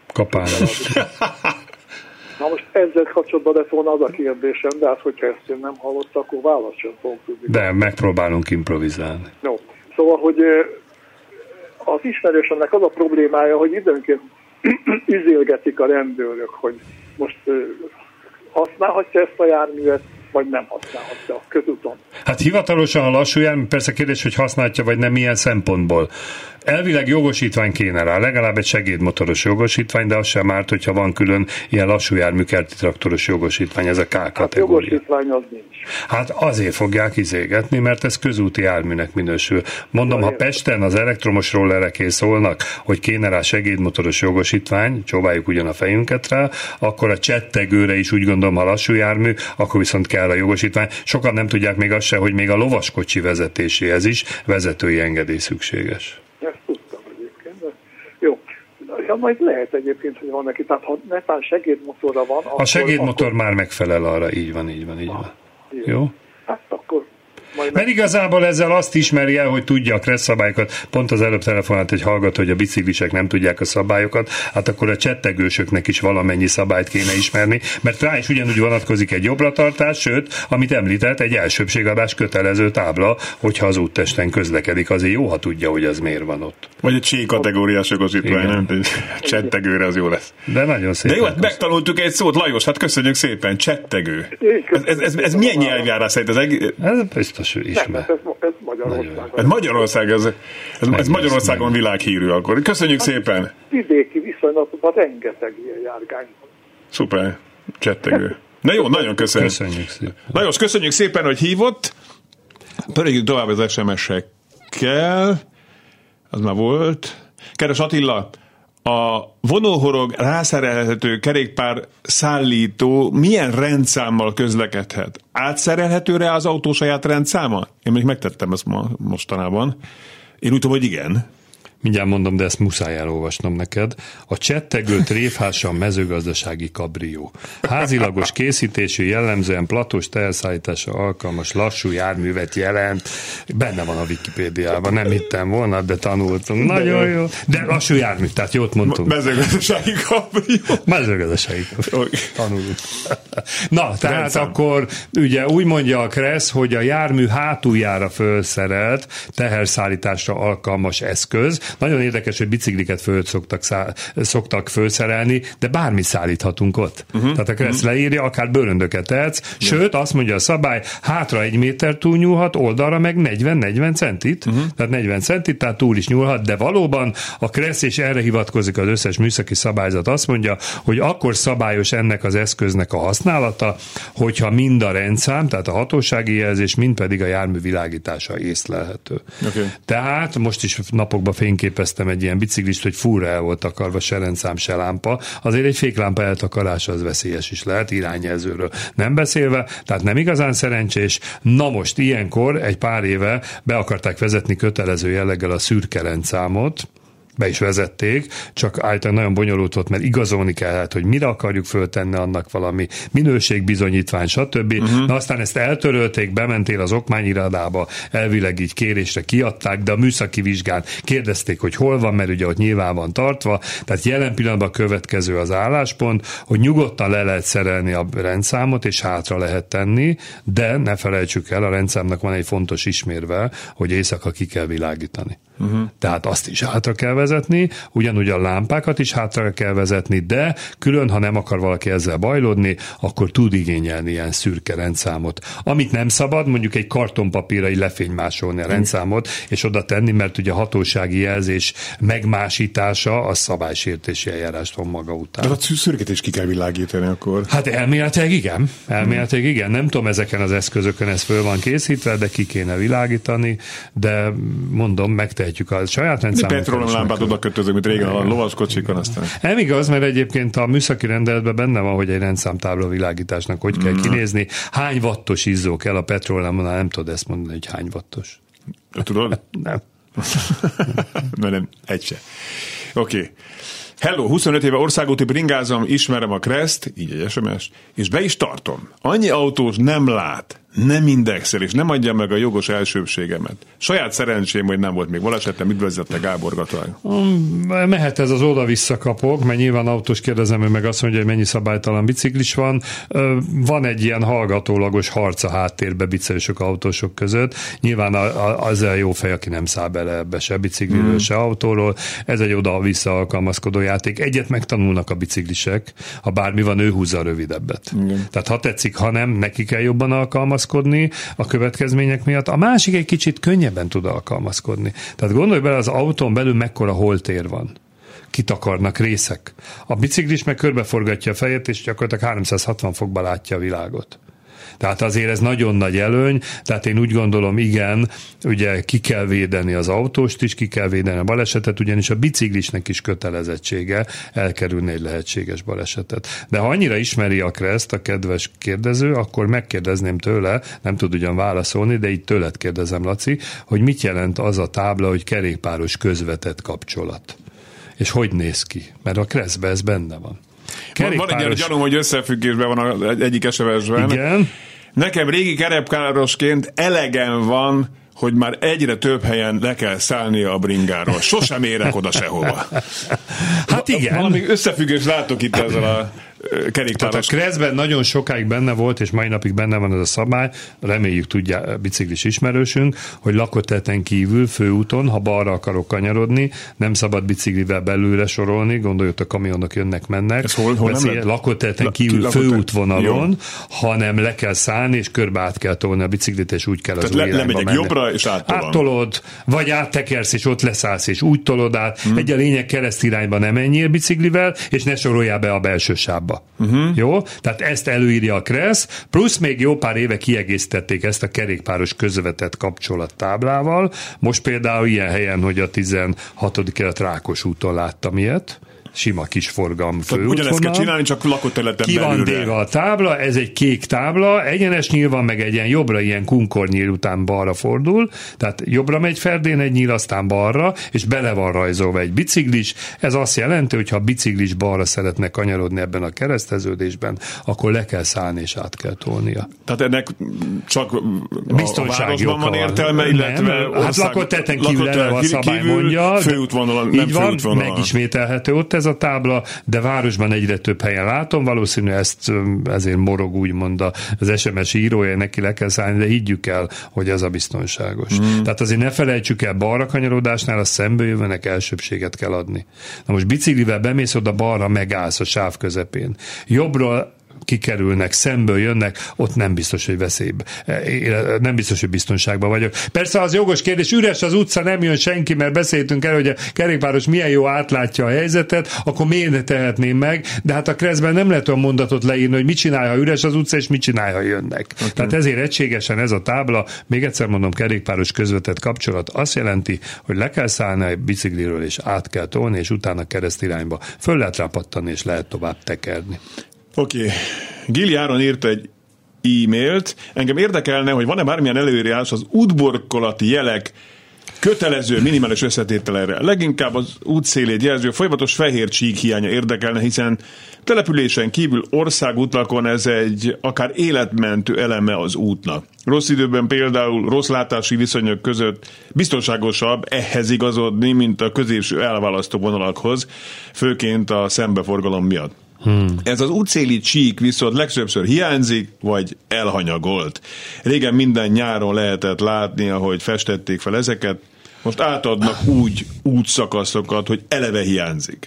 Na most ezzel kapcsolatban lett volna az a kérdésem, de hát, hogyha ezt én nem hallottam, akkor választ sem fogok tudni. De megpróbálunk improvizálni. No. Szóval, hogy az ismerősömnek az a problémája, hogy időnként üzélgetik a rendőrök, hogy most használhatja ezt a járművet, vagy nem használhatja a közúton. Hát hivatalosan a lassú jármű, persze kérdés, hogy használhatja, vagy nem, milyen szempontból. Elvileg jogosítvány kéne rá, legalább egy segédmotoros jogosítvány, de az sem árt, hogyha van külön ilyen lassú jármű kerti traktoros jogosítvány, ez a K kategória. Hát jogosítvány az nincs. Hát azért fogják izégetni, mert ez közúti járműnek minősül. Mondom, ha Pesten az elektromos rollereké szólnak, hogy kéne rá segédmotoros jogosítvány, csóváljuk ugyan a fejünket rá, akkor a csettegőre is úgy gondolom, ha lassú jármű, akkor viszont kell autójára jogosítvány. Sokan nem tudják még azt se, hogy még a lovaskocsi vezetéséhez is vezetői engedély szükséges. Ezt tudtam egyébként, de jó. Ja, majd lehet egyébként, hogy van neki, tehát ha netán segédmotorra van... A segédmotor akkor... már megfelel arra, így van. Jó? Hát akkor... Mert igazából ezzel azt ismeri el, hogy tudja a KRESZ szabályokat. Pont az előbb telefonált egy hallgató, hogy a biciklisek nem tudják a szabályokat, hát akkor a csettegősöknek is valamennyi szabályt kéne ismerni, mert rá is ugyanúgy vonatkozik egy jobbra-tartás, sőt, amit említett, egy elsőbségadás kötelező tábla, hogyha az úttesten közlekedik. Azért jó, ha tudja, hogy az miért van ott. Vagy egy C-kategóriás jogosítvány, nem? Csettegőre az jó lesz. De nagyon szépen. De jó, megtanultuk egy szót, Lajos, hát köszönjük szépen, csettegő. Ez milyen nyelvjárás szerint? Ez biztos ismer. Ez Magyarország. Ez Magyarországon világhírű akkor. Köszönjük szépen. Vidéki viszonylatban rengeteg ilyen járgány. Szuper, csettegő. Na jó, nagyon köszönjük. Köszönjük szépen. Lajos, köszönjük szépen, hogy hívott. Pörögjük tovább az SMS-ekkel. Az már volt. Kedves Attila, a vonóhorog rászerelhető kerékpár szállító milyen rendszámmal közlekedhet? Átszerelhető rá az autó saját rendszáma? Én még megtettem ezt mostanában. Én úgy tudom, hogy igen. Mindjárt mondom, de ezt muszáj elolvasnom neked. A csettegő tréfhása mezőgazdasági kabrió. Házilagos készítésű, jellemzően platós teherszállításra alkalmas lassú járművet jelent. Benne van a Wikipédiában, nem hittem volna, de tanultam. Nagyon jó. De lassú jármű, tehát jót mondtunk. Mezőgazdasági kabrió. Mezőgazdasági kabrió. Tanulunk. Na, tehát rendszám. Akkor ugye úgy mondja a KRESZ, hogy a jármű hátuljára felszerelt teherszállításra alkalmas eszköz. Nagyon érdekes, hogy bicikliket föl szoktak felszerelni, de bármit szállíthatunk ott. Tehát a KRESZ leírja, akár bőröndöket tehetsz, sőt, azt mondja a szabály, hátra 1 méter túl nyúlhat, oldalra meg 40-40 centit, tehát 40 centit, tehát túl is nyúlhat, de valóban a KRESZ, és erre hivatkozik az összes műszaki szabályzat, azt mondja, hogy akkor szabályos ennek az eszköznek a használata, hogyha mind a rendszám, tehát a hatósági jelzés, mind pedig a jármű világítása észlelhető. Okay. Tehát most is napokban fényképeztem egy ilyen biciklist, hogy fúra el volt takarva, se rendszám, se lámpa. Azért egy féklámpa eltakarása az veszélyes is lehet, irányjelzőről nem beszélve, tehát nem igazán szerencsés. Na most ilyenkor egy pár éve be akarták vezetni kötelező jelleggel a szürke rendszámot, be is vezették, csak általában nagyon bonyolult volt, mert igazolni kellett, hogy mire akarjuk föltenni annak valami minőségbizonyítvány, stb. Na aztán ezt eltörölték, bementél az okmányirodába, elvileg így kérésre kiadták, de a műszaki vizsgán kérdezték, hogy hol van, mert ugye ott nyilván van tartva, tehát jelen pillanatban következő az álláspont, hogy nyugodtan le lehet szerelni a rendszámot, és hátra lehet tenni, de ne felejtsük el, a rendszámnak van egy fontos ismérve, hogy éjszaka ki kell világítani. Tehát azt is hátra kell vezetni, ugyanúgy a lámpákat is hátra kell vezetni, de külön, ha nem akar valaki ezzel bajlódni, akkor tud igényelni ilyen szürke rendszámot. Amit nem szabad, mondjuk egy kartonpapírra így lefénymásolni a rendszámot, és oda tenni, mert ugye a hatósági jelzés megmásítása a szabálysértési eljárást von maga után. De a szürkét is ki kell világítani akkor. Hát elméletileg igen. Elméletileg igen. Nem tudom, ezeken az eszközökön ez föl van készítve, de ki kéne világítani, de mondom, megtehetjük a saját rendszámot. Petrólumlámpát oda kötözök, mint régen a lovaskocsikon aztán. Nem igaz, mert egyébként a műszaki rendeletben benne van, hogy egy rendszámtábla világításnak hogy kell kinézni. Hány wattos izzó kell a petróleumnál, nem tudod ezt mondani, hogy hány wattos. Tudod? Nem. Nem, egy se. Oké. Hello, 25 éve országúti bringázom, ismerem a KRESZ-t, így egy SMS, és be is tartom. Annyi autós nem lát, nem indexel, és nem adja meg a jogos elsőbségemet. Saját szerencsém, hogy nem volt még balesetem, üdvözlette Gábor Gatal. Mehet ez az oda-vissza kapok, mert nyilván autós kérdezem, ő meg azt mondja, hogy mennyi szabálytalan biciklis van. Van egy ilyen hallgatólagos harc a háttérbe biciklisok, autósok között. Nyilván az a jó fej, aki nem száll bele ebbe se bicikliről, se autóról. Ez egy oda-vissza alkalmazkodó játék. Egyet megtanulnak a biciklisek, ha bármi van, ő húzza a rövidebbet. Igen. Tehát ha tetszik, ha nem, neki kell jobban alkalmazkodni a következmények miatt. A másik egy kicsit könnyebben tud alkalmazkodni. Tehát gondolj bele, az autón belül mekkora holtér van. Kitakarnak részek. A biciklis meg körbeforgatja a fejét, és gyakorlatilag 360 fokba látja a világot. Tehát azért ez nagyon nagy előny, tehát én úgy gondolom, igen, ugye ki kell védeni az autóst is, ki kell védeni a balesetet, ugyanis a biciklisnek is kötelezettsége elkerülni egy lehetséges balesetet. De ha annyira ismeri a Kreszt, a kedves kérdező, akkor megkérdezném tőle, nem tud ugyan válaszolni, de itt tőled kérdezem, Laci, hogy mit jelent az a tábla, hogy kerékpáros közvetett kapcsolat. És hogy néz ki? Mert a Kreszben ez benne van. Van egy ilyen gyanúm, hogy összefüggésben van egyik SMS-ben. Igen. Nekem régi kerékpárosként elegem van, hogy már egyre több helyen le kell szállnia a bringáról. Sosem érek oda sehova. Hát igen. Valami összefüggés látok itt ezzel a kerékpáros. Tehát a Kreszben nagyon sokáig benne volt, és mai napig benne van ez a szabály, reméljük tudja biciklis ismerősünk, hogy lakóterületen kívül főúton, ha balra akarok kanyarodni, nem szabad biciklivel belülre sorolni, gondoljuk, a kamionok jönnek-mennek. Ez hol nem lakóterületen kívül főútvonalon, hanem le kell szállni, és körbe át kell tolni a biciklit, és úgy kell az új irányba lemegyek menni. jobbra, és áttolod, vagy áttekersz, és ott leszállsz, és úgy tolod át. Egy a lényeg, keresztirányba nem menjél biciklivel, és ne soroljál be a belső sávba. Jó? Tehát ezt előírja a Kressz, plusz még jó pár éve kiegészítették ezt a kerékpáros közvetett kapcsolattáblával. Most például ilyen helyen, hogy a 16. kelet Rákos úton láttam ilyet, sima kis forgalmú főútvonal. Ugyanezt kell csinálni, csak lakóterületen belülre. Ki van téve a tábla, ez egy kék tábla, egyenes nyíl van, meg egy ilyen jobbra, ilyen kunkornyíl után balra fordul, tehát jobbra megy ferdén egy nyíl, aztán balra, és bele van rajzolva egy biciklis. Ez azt jelenti, hogy ha a biciklis balra szeretne kanyarodni ebben a kereszteződésben, akkor le kell szállni és át kell tolnia. Tehát ennek csak a városban van értelme, illetve hát lakóterületen kívül eleve a szabály mondja. Főútvonalon, nem főútvonalon. Megismételhető ott ez a tábla, de városban egyre több helyen látom, valószínű ezt ezért morog úgymond az SMS írója, neki le kell szállni, de higgyük el, hogy ez a biztonságos. Tehát azért ne felejtsük el, balra kanyarodásnál a szembejövőnek elsőbséget kell adni. Na most biciklivel bemész oda balra, megállsz a sáv közepén. Jobbra kikerülnek, szemből jönnek, ott nem biztos, hogy veszélybe. Nem biztos, hogy biztonságban vagyok. Persze az jogos kérdés, üres az utca, nem jön senki, mert beszéltünk el, hogy a kerékpáros milyen jó átlátja a helyzetet, akkor miért ne tehetném meg, de hát a Kreszben nem lehet olyan mondatot leírni, hogy mit csinálja, ha üres az utca, és mit csinálja, ha jönnek. Okay. Tehát ezért egységesen ez a tábla, még egyszer mondom, kerékpáros közvetett kapcsolat azt jelenti, hogy le kell szállni a bicikliről, és át kell tolni, és utána keresztirányba föl lehet rápattani, és lehet tovább tekerni. Oké. Gili Áron írt egy e-mailt. Engem érdekelne, hogy van-e bármilyen előírás az útburkolati jelek kötelező minimális összetételére. Leginkább az útszélét jelző folyamatos fehér csík hiánya érdekelne, hiszen településen kívül országútlakon ez egy akár életmentő eleme az útnak. Rossz időben például rossz látási viszonyok között biztonságosabb ehhez igazodni, mint a középső elválasztó vonalakhoz, főként a szembeforgalom miatt. Ez az útszéli csík viszont legtöbbször hiányzik, vagy elhanyagolt. Régen minden nyáron lehetett látni, ahogy festették fel ezeket, most átadnak úgy útszakaszokat, hogy eleve hiányzik.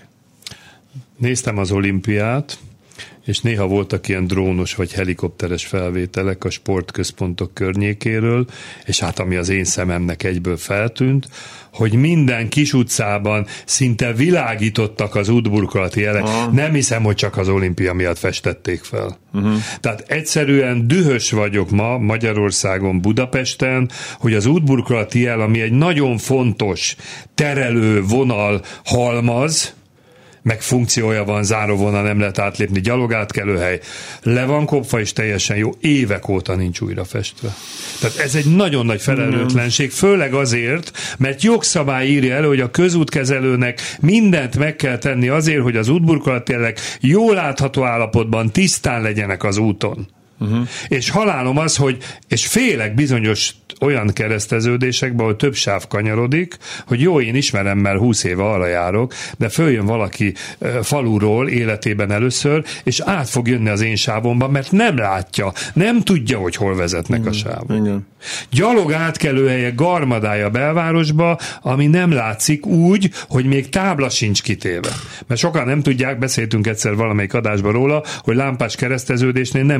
Néztem az olimpiát, és néha voltak ilyen drónos vagy helikopteres felvételek a sportközpontok környékéről, és hát ami az én szememnek egyből feltűnt, hogy minden kis utcában szinte világítottak az útburkolati jelek. Nem hiszem, hogy csak az olimpia miatt festették fel. Tehát egyszerűen dühös vagyok ma Magyarországon, Budapesten, hogy az útburkolati jel, ami egy nagyon fontos terelő vonal halmaz, meg funkciója van, záróvonal nem lehet átlépni, gyalogátkelőhely, le van kopva, és teljesen jó, évek óta nincs újra festve. Tehát ez egy nagyon nagy felelőtlenség, főleg azért, mert jogszabály írja elő, hogy a közútkezelőnek mindent meg kell tenni azért, hogy az útburkolatjelek jól látható állapotban tisztán legyenek az úton. És halálom az, hogy, és félek bizonyos olyan kereszteződésekben, ahol több sáv kanyarodik, hogy jó, én ismerem, mert 20 éve arra járok, de följön valaki faluról életében először, és át fog jönni az én sávomban, mert nem látja, nem tudja, hogy hol vezetnek a sávok. Gyalog átkelőhelyek garmadája belvárosba, ami nem látszik úgy, hogy még tábla sincs kitéve. Mert sokan nem tudják, beszéltünk egyszer valamelyik adásban róla, hogy lámpás kereszteződésnél nem kell mindig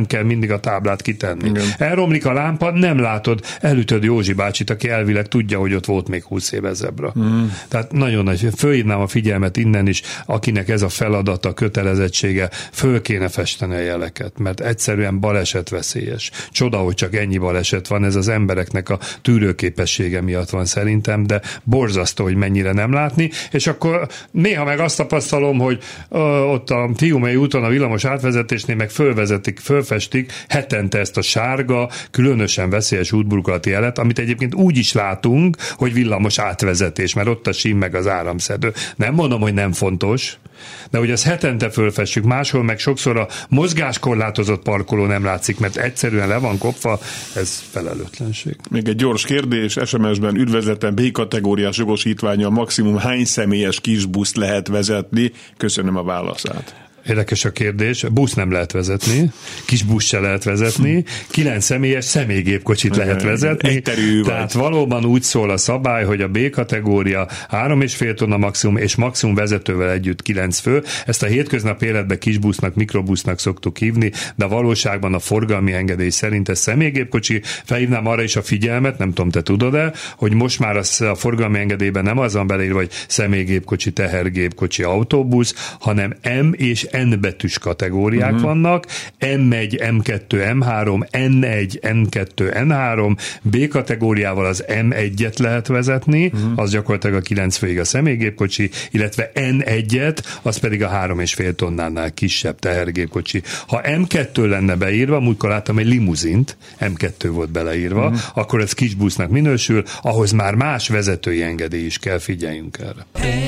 még a táblát kitenni. Igen. Elromlik a lámpa, nem látod, elütöd Józsi bácsit, aki elvileg tudja, hogy ott volt még 20 éve zebra. Tehát nagyon nagy, fölhívnám a figyelmet innen is, akinek ez a feladata, kötelezettsége, föl kéne festeni a jeleket, mert egyszerűen balesetveszélyes. Csoda, hogy csak ennyi baleset van, ez az embereknek a tűrőképessége miatt van szerintem, de borzasztó, hogy mennyire nem látni, és akkor néha meg azt tapasztalom, hogy ott a Fiumei úton a villamos átvezetésnél meg fölfestik hetente ezt a sárga, különösen veszélyes útburkolati jelet, amit egyébként úgy is látunk, hogy villamos átvezetés, mert ott a sím meg az áramszedő. Nem mondom, hogy nem fontos, de hogy ezt hetente fölfessük, máshol meg sokszor a mozgáskorlátozott parkoló nem látszik, mert egyszerűen le van kopva, ez felelőtlenség. Még egy gyors kérdés, SMS-ben üdvözletem, B-kategóriás jogosítványa maximum hány személyes kisbuszt lehet vezetni? Köszönöm a válaszát. Érdekes a kérdés, busz nem lehet vezetni, kis busz se lehet vezetni, 9 személyes személygépkocsit lehet vezetni, tehát valóban úgy szól a szabály, hogy a B-kategória 3,5 tonna maximum, és maximum vezetővel együtt 9 fő. Ezt a hétköznapi életben kisbusznak, mikrobusznak szoktuk hívni, de a valóságban a forgalmi engedély szerint ez személygépkocsi. Felhívnám arra is a figyelmet, nem tudom, te tudod-e, hogy most már a forgalmi engedélyben nem az van beleírva, hogy személygépkocsi, tehergépkocsi, autóbusz, hanem M és N betűs kategóriák vannak, M1, M2, M3, N1, N2, N3, B kategóriával az M1-et lehet vezetni, az gyakorlatilag a 9 főig a személygépkocsi, illetve N1-et, az pedig a 3,5 tonnánál kisebb tehergépkocsi. Ha M2 lenne beírva, múltkor láttam egy limuzint, M2 volt beleírva, akkor ez kisbusznak minősül, ahhoz már más vezetői engedély is kell, figyeljünk erre.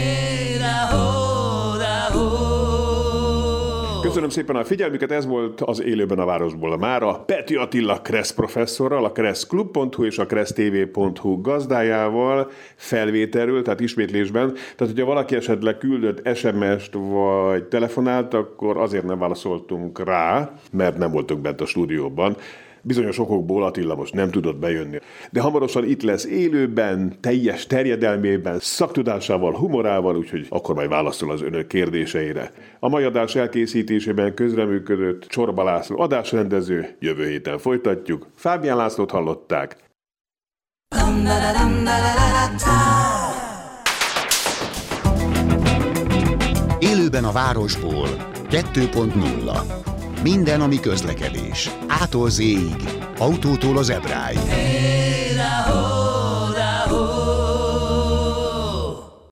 Köszönöm szépen a figyelmüket, ez volt az Élőben a Városból mára Pető Attila Kressz professzorral, a kresszklub.hu és a kressztv.hu gazdájával felvételről, tehát ismétlésben. Tehát, hogyha valaki esetleg küldött SMS-t vagy telefonált, akkor azért nem válaszoltunk rá, mert nem voltunk bent a stúdióban. Bizonyos okokból Attila most nem tudott bejönni. De hamarosan itt lesz élőben, teljes terjedelmében, szaktudásával, humorával, úgyhogy akkor majd válaszol az önök kérdéseire. A mai adás elkészítésében közreműködött Csorba László adásrendező, jövő héten folytatjuk. Fábián Lászlót hallották. Élőben a városból 2.0. Minden, ami közlekedés. A-tól Z-ig, autótól az Ebráig.